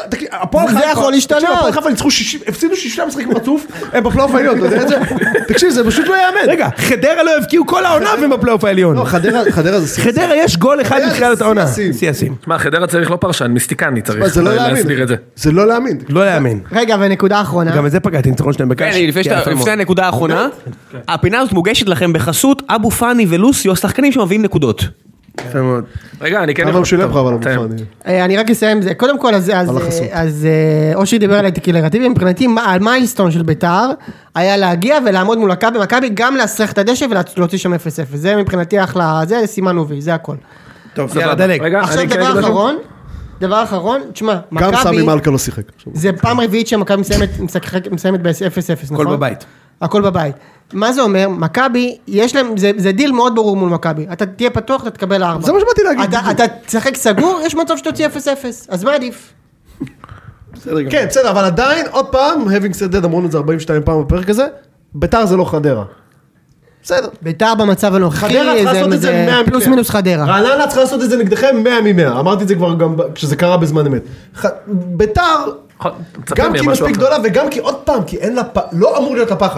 זה יכול להשתנות. הפועל חיפה ניצחו, הפסידו 6 משחקים רצוף, הם בפלייאוף העליון, אתה יודע את זה? תקשיב, זה פשוט לא יאמן. רגע, חדרה לא הבקיעו כל העונה ובפלייאוף העליון. לא, חדרה זה סי. חדרה יש גול אחד מתחילת העונה. סי-אסים. מה, חדרה צריך לא פרשן, מיסטיקני צריך זה לא להסביר את זה. זה לא להאמין. לא להאמין. רגע, ונקודה אחרונה. גם את זה פגעתי, ניצחון שלהם בקש. לפני הנקודה האחרונה, הפינה הזאת מוגשת לכם בחסות אבו פאני ולוסיו, שחקנים שמביאים נקודות. יפה מאוד. רגע, אני כן כמה הוא שילם לך אבל המופעני. אני רק אסיים זה, קודם כל, אז אושרי דיבר על הדקלרטיבי, מבחינתי, המיילסטון של בית"ר, היה להגיע ולעמוד מול מכבי, גם להסריח את הדשא ולהוציא שם 0-0, זה מבחינתי אחלה, זה סימן הוביל, זה הכל. טוב, יאללה, דלק. עכשיו דבר אחרון, תשמע, גם סמי מלכה לא שיחק. זה פעם רביעית שמכבי מסיימת ב-0-0, נכון? הכל בבית. הכל בבית. מה זה אומר? מכבי, יש להם, זה דיל מאוד ברור מול מכבי. אתה תהיה פתוח, אתה תקבל 4. זה מה שבאתי להגיד. אתה תשחק סגור, יש מצב שתוציא 0-0. אז מה עדיף? כן, בסדר, אבל עדיין, עוד פעם, having said that, אמרנו את זה 42 פעם בפרק הזה, בית"ר זה לא חדרה. בסדר. בית"ר במצב הנוכחי, חדרה צריכה לעשות את זה 100 פלוס מינוס חדרה. רעננה צריכה לעשות את זה נגדכם 100 מ-100. אמרתי את זה כבר גם כשזה קרה בזמן אמת. בית"ר, גם כי היא מספיק גדולה וגם כי עוד פעם, כי אין לה, לא אמור להיות הפחד.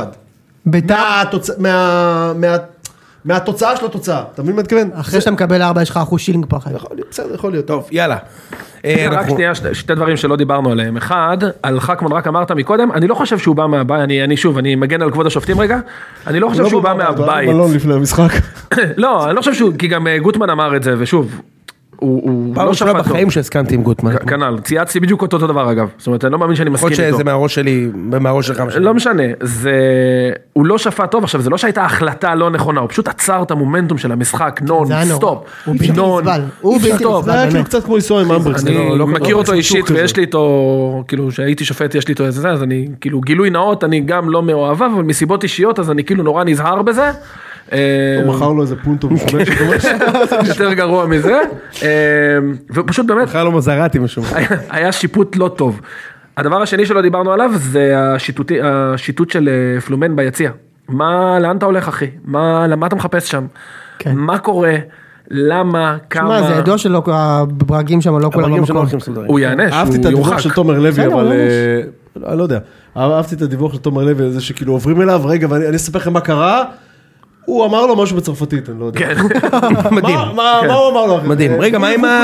מהתוצאה של התוצאה. אתה מבין מה מתכוון? אחרי שאתה מקבל 4 יש לך אחוז שילינג פחד. בסדר, יכול להיות. טוב, יאללה. רק שנייה, שתי דברים שלא דיברנו עליהם. אחד, על חכמן רק אמרת מקודם, אני לא חושב שהוא בא מהבית, אני מגן על כבוד השופטים רגע, אני לא חושב שהוא בא מהבית. לא לפני המשחק. לא, אני לא חושב שהוא, כי גם גוטמן אמר את זה, ושוב, הוא פעם לא ראשונה שפט טוב. בחיים שהסכמתי עם גוטמן. כנ"ל, צייצתי בדיוק אותו דבר אגב, זאת אומרת, אני לא מאמין שאני מסכים יכול איתו. שזה מהראש שלי, מהראש שלך. לא משנה, הוא לא שפט טוב, עכשיו זה לא שהייתה החלטה לא נכונה, הוא פשוט עצר את המומנטום של המשחק, נון, סטופ, הוא בלתי נסבל, הוא בלתי נסבל, זה היה כאילו קצת כמו לנסוע עם אמברקס. אני מכיר אותו אישית ויש לי איתו, כאילו שהייתי שופט יש לי איתו איזה זה, אז אני כאילו גילוי נאות, אני גם לא מאוהביו, אבל מסיבות אישיות, אז אני כאילו נורא נזהר בזה. הוא מכר לו איזה פונטו משומש, יותר גרוע מזה, ופשוט באמת, בכלל לא מזרעתי משום. היה שיפוט לא טוב. הדבר השני שלא דיברנו עליו, זה השיטוט של פלומן ביציע. לאן אתה הולך אחי? למה אתה מחפש שם? מה קורה? למה? כמה? מה, זה ידוע שלא, הברגים שם לא כולם במקום. הוא יענש, אהבתי את הדיווח של תומר לוי, אבל לא יודע, אהבתי את הדיווח של תומר לוי, זה שכאילו עוברים אליו, רגע, ואני אספר לכם מה קרה, הוא אמר לו משהו בצרפתית, אני לא יודע. מדהים. מה הוא אמר לו? מדהים. רגע,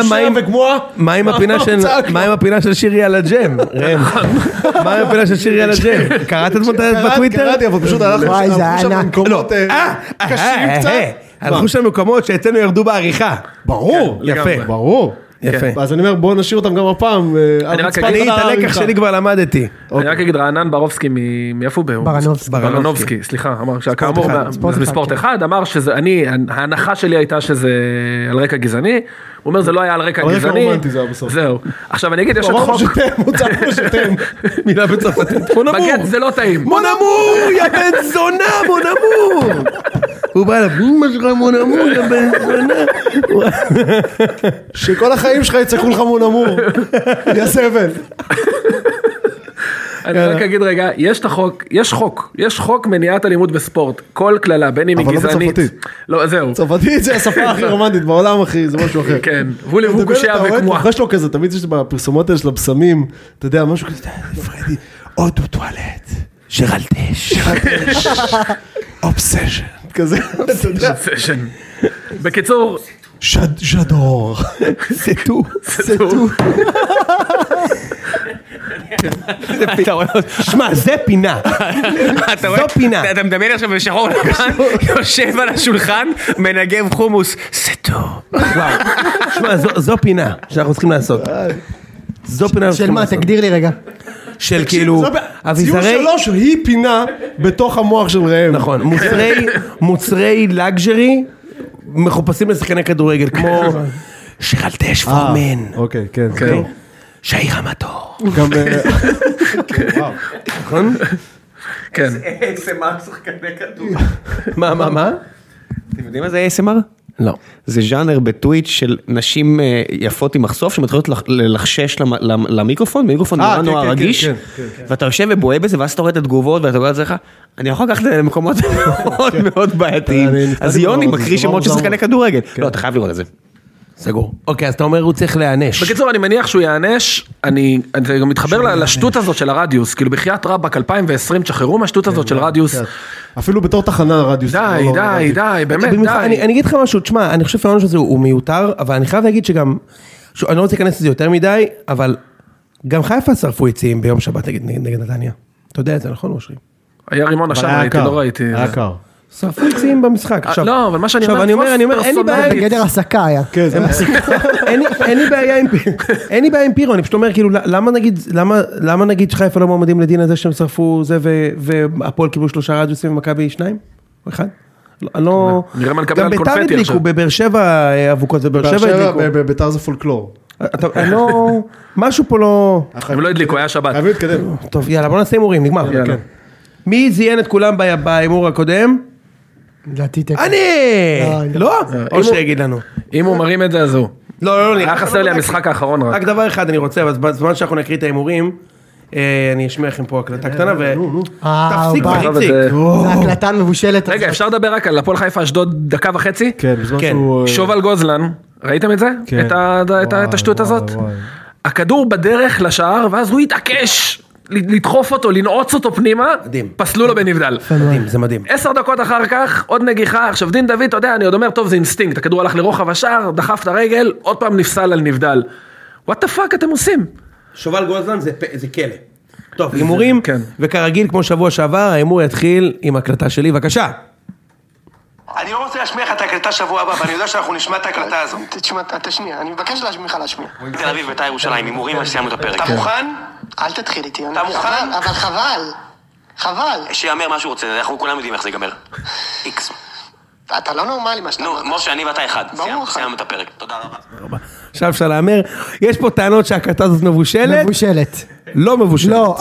מה עם הפינה של שירי על הג'ם? מה עם הפינה של שירי על הג'ם? קראת את זה בטוויטר? קראתי, אבל פשוט וואי, זה הלכנו שם במקומות קשים קצת. הלכו שם מקומות שאצלנו ירדו בעריכה. ברור. יפה. ברור. יפה. אז אני אומר, בואו נשאיר אותם גם הפעם. אני את הלקח שלי כבר למדתי. אני רק אגיד, רענן ברובסקי, מאיפה הוא? ברנובסקי, סליחה, אמר שכאמור, זה בספורט אחד, אמר ההנחה שלי הייתה שזה על רקע גזעני, הוא אומר, זה לא היה על רקע גזעני. על רקע רומנטי זה היה בסוף. זהו. עכשיו אני אגיד, יש את חוק. הוא צעק לו שתם. מילה בצרפתית. בגט זה לא טעים. מונמור, יא בן זונה, מונמור. הוא בא אליו, אמא שלך מונמור, יא בן זונה. שכל החיים שלך יצחקו לך מונמור. יא סבל. אני רק אגיד רגע, יש חוק מניעת אלימות בספורט, כל כללה, בין אם היא גזענית. אבל לא בצרפתית. לא, זהו. צרפתית זה השפה הכי רומנטית בעולם, אחי, זה משהו אחר. כן, והוא לבוא גושיה וכמוה. אחרי שלו כזה, תמיד יש בפרסומות האלה של הבשמים, אתה יודע, משהו כזה, פרדי, אוטו טואלט, שרלטש, אובסשן, כזה, אתה יודע. אובסשן. בקיצור, ז'דור, סטו. שמע, זה פינה. זו פינה. אתה מדמיין עכשיו בשחור לבן, יושב על השולחן, מנגב חומוס, סטו. וואו. שמע, זו פינה שאנחנו צריכים לעשות. זו פינה. של מה, תגדיר לי רגע. של כאילו, ציור 3 היא פינה בתוך המוח של ראם. נכון, מוצרי לג'רי מחופשים לשחקני כדורגל, כמו שרלטש פורמן. אוקיי, כן. שעיר המטור. גם... נכון? כן. ASMR שחקני כדורגל. מה? אתם יודעים מה זה ASMR? לא. זה ז'אנר בטוויץ' של נשים יפות עם מחשוף שמתחילות לחשש למיקרופון, מיקרופון נורא רגיש, ואתה יושב ובואה בזה, ואז אתה רואה את התגובות, ואתה רואה את זה לך, אני יכול לקחת למקומות מאוד מאוד בעייתיים. אז יוני מקריא שמות של שחקני כדורגל. לא, אתה חייב לראות את זה. סגור. אוקיי, אז אתה אומר הוא צריך להיענש. בקיצור, אני מניח שהוא יענש, אני גם מתחבר לשטות הזאת של הרדיוס, כאילו בחיית רבק 2020 תשחררו מהשטות הזאת של רדיוס. אפילו בתור תחנה רדיוס. די, באמת, די. אני אגיד לך משהו, תשמע, אני חושב שהעונש הזה הוא מיותר, אבל אני חייב להגיד שגם, אני לא רוצה להיכנס לזה יותר מדי, אבל גם חיפה שרפו יציאים ביום שבת נגד נתניה. אתה יודע את זה, נכון, אושרי? היה רימון השם, לא ראיתי. היה קר. שרפו יציאים במשחק. לא, אבל מה שאני אומר, אין לי בעיה. בגדר הסקה היה. אין לי בעיה עם פירו, אני פשוט אומר, כאילו, למה נגיד שחיפה לא מועמדים לדין הזה שהם שרפו זה, והפועל קיבלו 3 רדיוסים ומכבי 2? או 1? נראה מה נקבל על גם קונפטי ביתר הדליקו, בבאר שבע אבוקות, ובאר שבע הדליקו. ביתר זה פולקלור. משהו פה לא... הם לא הדליקו, היה שבת. חייבים להתקדם. טוב, יאללה, בוא נעשה הימורים, נגמר. מי זיין את כולם בהימור הקודם? לדעתי תקו. אני! לא? או שיגיד לנו. אם הוא מרים את זה, אז הוא. לא, היה חסר לי המשחק האחרון רק. רק דבר אחד אני רוצה, אבל בזמן שאנחנו נקריא את ההימורים, אני אשמיע לכם פה הקלטה קטנה, ותפסיק איציק. זה הקלטה מבושלת. רגע, אפשר לדבר רק על הפועל חיפה אשדוד 1.5 דקות? כן, בזמן שהוא... שובל גוזלן, ראיתם את זה? את השטות הזאת? הכדור בדרך לשער, ואז הוא התעקש לדחוף אותו, לנעוץ אותו פנימה, פסלו לו בנבדל. מדהים, זה מדהים. 10 דקות אחר כך, עוד נגיחה, עכשיו דין דוד, אתה יודע, אני עוד אומר, טוב, זה אינסטינקט, הכדור הלך לרוחב השער, דחף את הרגל, עוד פעם נפסל על נבדל. What the fuck אתם עושים? שובל גוזלן זה כלא. טוב, הימורים, וכרגיל, כמו שבוע שעבר, ההימור יתחיל עם הקלטה שלי, בבקשה. אני לא רוצה להשמיע לך את ההקלטה שבוע הבא, ואני יודע שאנחנו נשמע את ההקלטה הזו. תשמיע, אני מבקש ממך להשמיע. תל אביב בית"ר ירושלים, הימורים, וסיימנו את הפרק. אתה מוכן? אל תתחיל איתי. אתה מוכן? אבל חבל. שיאמר מה שהוא רוצה, אנחנו כולם יודעים איך זה ייגמר. איקס. אתה לא נורמלי מה שאתה... נו, משה, אני ואתה אחד. ברור לך. סיימנו את הפרק. תודה רבה. עכשיו אפשר לאמר, יש פה טענות שההקלטה הזאת מבושלת. מבושלת. לא מבושלת. לא,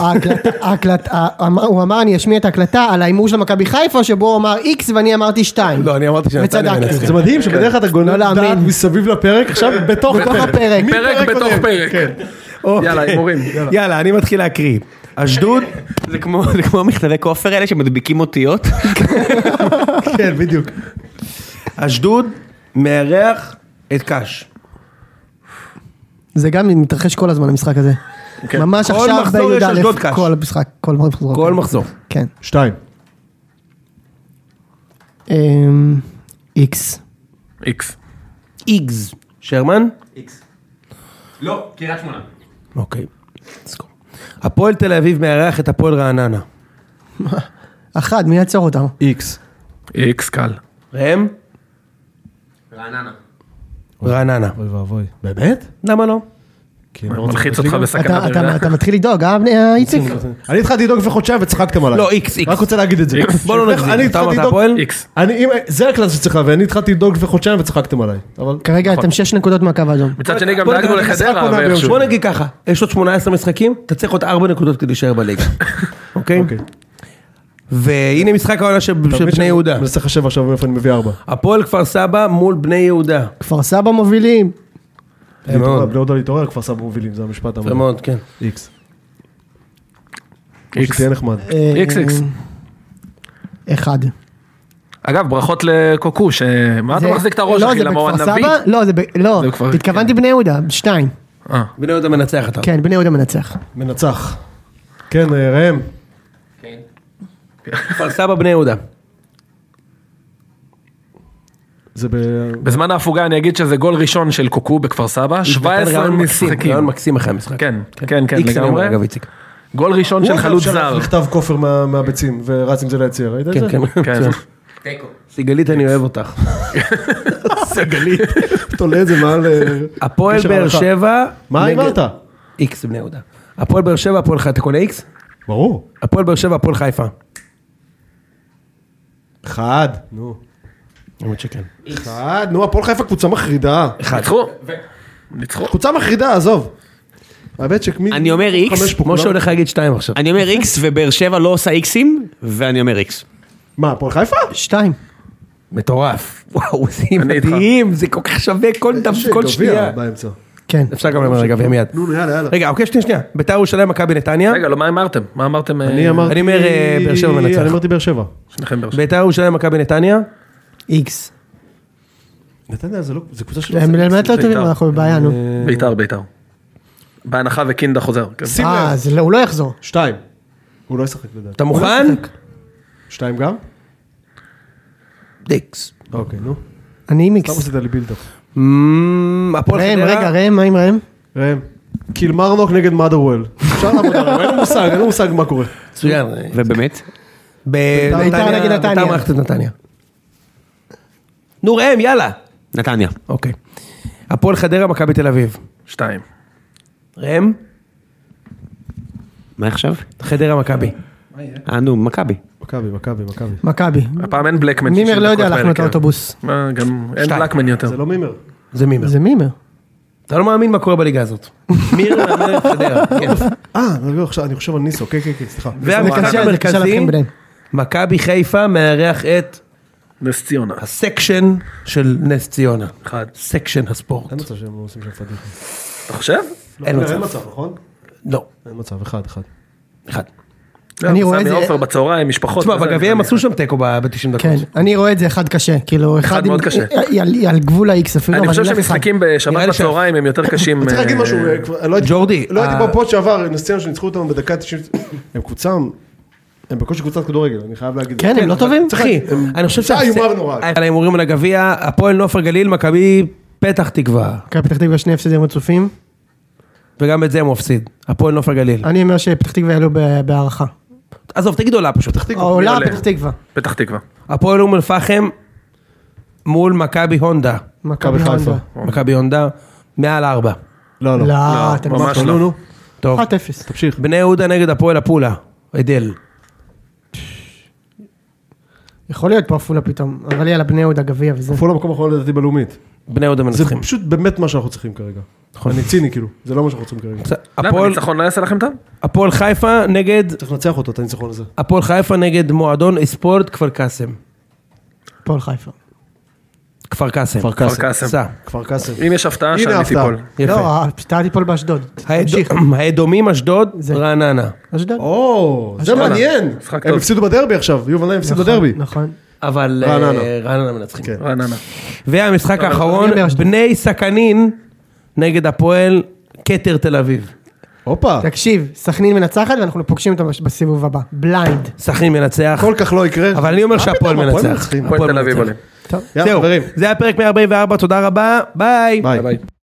הוא אמר אני אשמיע את ההקלטה על ההימור של מכבי חיפה, שבו הוא אמר X ואני אמרתי 2. לא, אני אמרתי שנתניה מנצחת. זה מדהים שבדרך כלל אתה גונן דעת מסביב לפרק, עכשיו בתוך הפרק. פרק בתוך פרק. יאללה, הימורים. יאללה, אני מתחיל להקריא. אשדוד, זה כמו מכתבי כופר האלה שמדביקים אותיות. כן, בדיוק. אשדוד מארח את קאש. זה גם מתרחש כל הזמן המשחק הזה. ממש עכשיו בי"א, כל המשחק, כל מחזור. כל מחזור. כן. 2. X. X. שרמן? X. לא, קריית שמונה. אוקיי. הפועל תל אביב מארח את הפועל רעננה. אחד, מי יעצור אותם? X קל. ראם? רעננה. אוי ואבוי. באמת? למה לא? מלחיץ אותך בסכנה. אתה מתחיל לדאוג, איציק? אני התחלתי לדאוג וחודשיים וצחקתם עליי. לא, X. רק רוצה להגיד את זה. בוא לא נגזים. אתה אמרת הפועל? X. זה הקלט שצריך להביא, אני התחלתי לדאוג וחודשיים וצחקתם עליי. כרגע אתם 6 נקודות מהקו האדום. מצד שני גם דאגנו לחדרה. בוא נגיד ככה, יש עוד 18 משחקים, אתה צריך עוד 4 נקודות כדי להישאר בליגה. אוקיי? והנה משחק העונה של בני יהודה. אני מנסה לחשב עכשיו מאיפה אני מביא 4. הפועל כפר סבא מול בני יהודה. כפר סבא מובילים. בני יהודה להתעורר, כפר סבא מובילים, זה המשפט המובן. מאוד, כן. X. שתהיה נחמד. X. 1. אגב, ברכות לקוקו, מה אתה מחזיק את הראש, אחי, למה הוא הנביא? לא, התכוונתי בני יהודה, 2. בני יהודה מנצח אתה. כן, בני יהודה מנצח. מנצח. כן, ראם. כפר סבא בני יהודה. זה בזמן ההפוגה אני אגיד שזה גול ראשון של קוקו בכפר סבא, 17 משחקים. רעיון מקסים אחרי המשחק. כן, לגמרי. גול ראשון של חלוץ זר. מכתב כופר מהביצים ורץ עם זה להציע, ראית את זה? כן. סיגלית אני אוהב אותך. סיגלית. תולה את זה מעל... הפועל באר שבע. מה אמרת? X בני יהודה. הפועל באר שבע, הפועל חיפה. אתה קונה X? ברור. הפועל באר שבע, הפועל חיפה. 1. נו. האמת שכן. 1. נו, הפועל חיפה קבוצה מחרידה. ניצחו. קבוצה מחרידה, עזוב. האמת שכמי... אני אומר X, כמו שהולך להגיד 2 עכשיו. אני אומר X ובאר שבע לא עושה X'ים, ואני אומר X. מה, הפועל חיפה? 2. מטורף. וואו, זה מדהים, זה כל כך שווה כל שנייה. באמצע. כן. אפשר גם לומר רגע ומיד. נו, יאללה. רגע, אוקיי, שנייה. בית"ר ירושלים, מכבי נתניה. רגע, לא, מה אמרתם? מה אמרתם? אני אומר באר שבע מנצח. אני אמרתי באר שבע. שניכם באר שבע. בית"ר ירושלים, מכבי נתניה. X. נתניה זה קבוצה שלו. הם באמת לא טובים, אנחנו בבעיה, נו. ביתר. בהנחה וקינדה חוזר. שים לב. הוא לא יחזור. 2. הוא לא ישחק לדעת. אתה מוכן? 2 גם? דיקס. אוקיי, נו. אני אתה מיקס. עשית לי בילדאפ. הפועל ראם, חדרה. רגע, ראם, מה עם ראם? ראם. קילמרנוק נגד מאדרוול. אפשר לעבוד עליו, אין לו מושג מה קורה. מצוין. ובאמת? ביתר נגד נתניה. ביתר מערכת את נתניה. נו ראם, יאללה. נתניה. אוקיי. הפועל חדרה, מכבי תל אביב. 2. ראם, מה עכשיו? חדרה, מכבי. נו, מכבי. מכבי. הפעם אין בלקמן. מימר לא יודע להחנות האוטובוס. גם אין בלקמן יותר. זה לא מימר. זה מימר. זה מימר. אתה לא מאמין מה קורה בליגה הזאת. מיר מאמן את חדרה. כן. אני חושב על ניסו, כן, סליחה. והמשחק קשה המרכזי, לכם ביניהם. מכבי חיפה מארח את נס ציונה. הסקשן של נס ציונה. 1. סקשן הספורט. אין מצב שהם לא עושים שם פדיחה. אתה חושב? אין מצב. אין מצב, נכון? לא. אין מצב, 1. אחד. אני רואה את זה- סמי עופר בצהריים, משפחות. תשמע, וזה, בגביע הם עשו שם תיקו ב-90 דקות. כן, אני רואה את זה אחד קשה, כאילו אחד מאוד עם- קשה. היא על גבול ה-X אפילו. אני אבל חושב אלך אחד. שמשחקים נראה בשבת לי בצהריים הם יותר קשים. צריך להגיד משהו, ג'ורדי, לא הייתי בפוד שעבר, נס ציונה שניצחו אותנו בדקה 90, הם קבוצה, הם בקושי קבוצת כדורגל, אני חייב להגיד. כן, הם לא טובים? אחי, אני חושב זה איומה ונורא. על ההימורים על הגביע, הפועל נוף הגליל, מכבי פתח תקווה. מכבי פתח תקווה 2 הפסדים רצופים. וגם את זה הם מפסיד. הפועל נוף הגליל. אני אומר שפתח תקווה יעלו בהערכה. עזוב, תגיד עולה פשוט. העולה עולה? פתח תקווה. פתח תקווה. הפועל אום אל-פחם מול מכבי הונדה. מכבי חיפה. הונדה. מכבי הונדה מעל 4. לא, לא, לא, אתם ממש ממש לא. נו, 1-0. 1-0. תמשיך. בני יהודה נגד הפועל עפולה. עדל. יכול להיות פה עפולה פתאום, אבל יאללה, בני יהודה גביע וזה. עפו למקום האחרון לדעתי בלאומית. בני יהודה זה מנצחים. פשוט באמת מה שאנחנו צריכים כרגע. אני ציני כאילו, זה לא מה שאנחנו צריכים כרגע. למה הפועל- ניצחון לא יעשה לכם טוב? הפועל חיפה נגד... צריך לנצח אותו, את הניצחון הזה. הפועל חיפה נגד מועדון ספורט כפר קאסם. הפועל חיפה. כפר קאסם. כפר כפר קאסם. סע. כפר קאסם. אם יש הפתעה, הנה שאני ההפתעה. תיפול. יפה. לא, הפתעה תיפול באשדוד. תמשיך. האדומים אשדוד, זה. רעננה. אשדוד. או, זה אשדוד. מעניין. משחק הם טוב. הפסידו בדרבי עכשיו, יובל נעים הפסידו נכון, דרבי. נכון. אבל רעננה. רעננה מנצחים. כן. רעננה. והמשחק האחרון, אני באשדוד. בני סכנין נגד הפועל כתר תל אביב. הופה, תקשיב, סכנין מנצחת ואנחנו פוגשים אותם בסיבוב הבא. בליינד. סכנין מנצח, כל כך לא יקרה. אבל אני אומר מה שהפועל פתאום, הפועל מנצח. מנצחים. הפועל תל אביב מנצח. עולים. יאללה זהו, חברים. זה היה פרק 144, תודה רבה, ביי. ביי. ביי.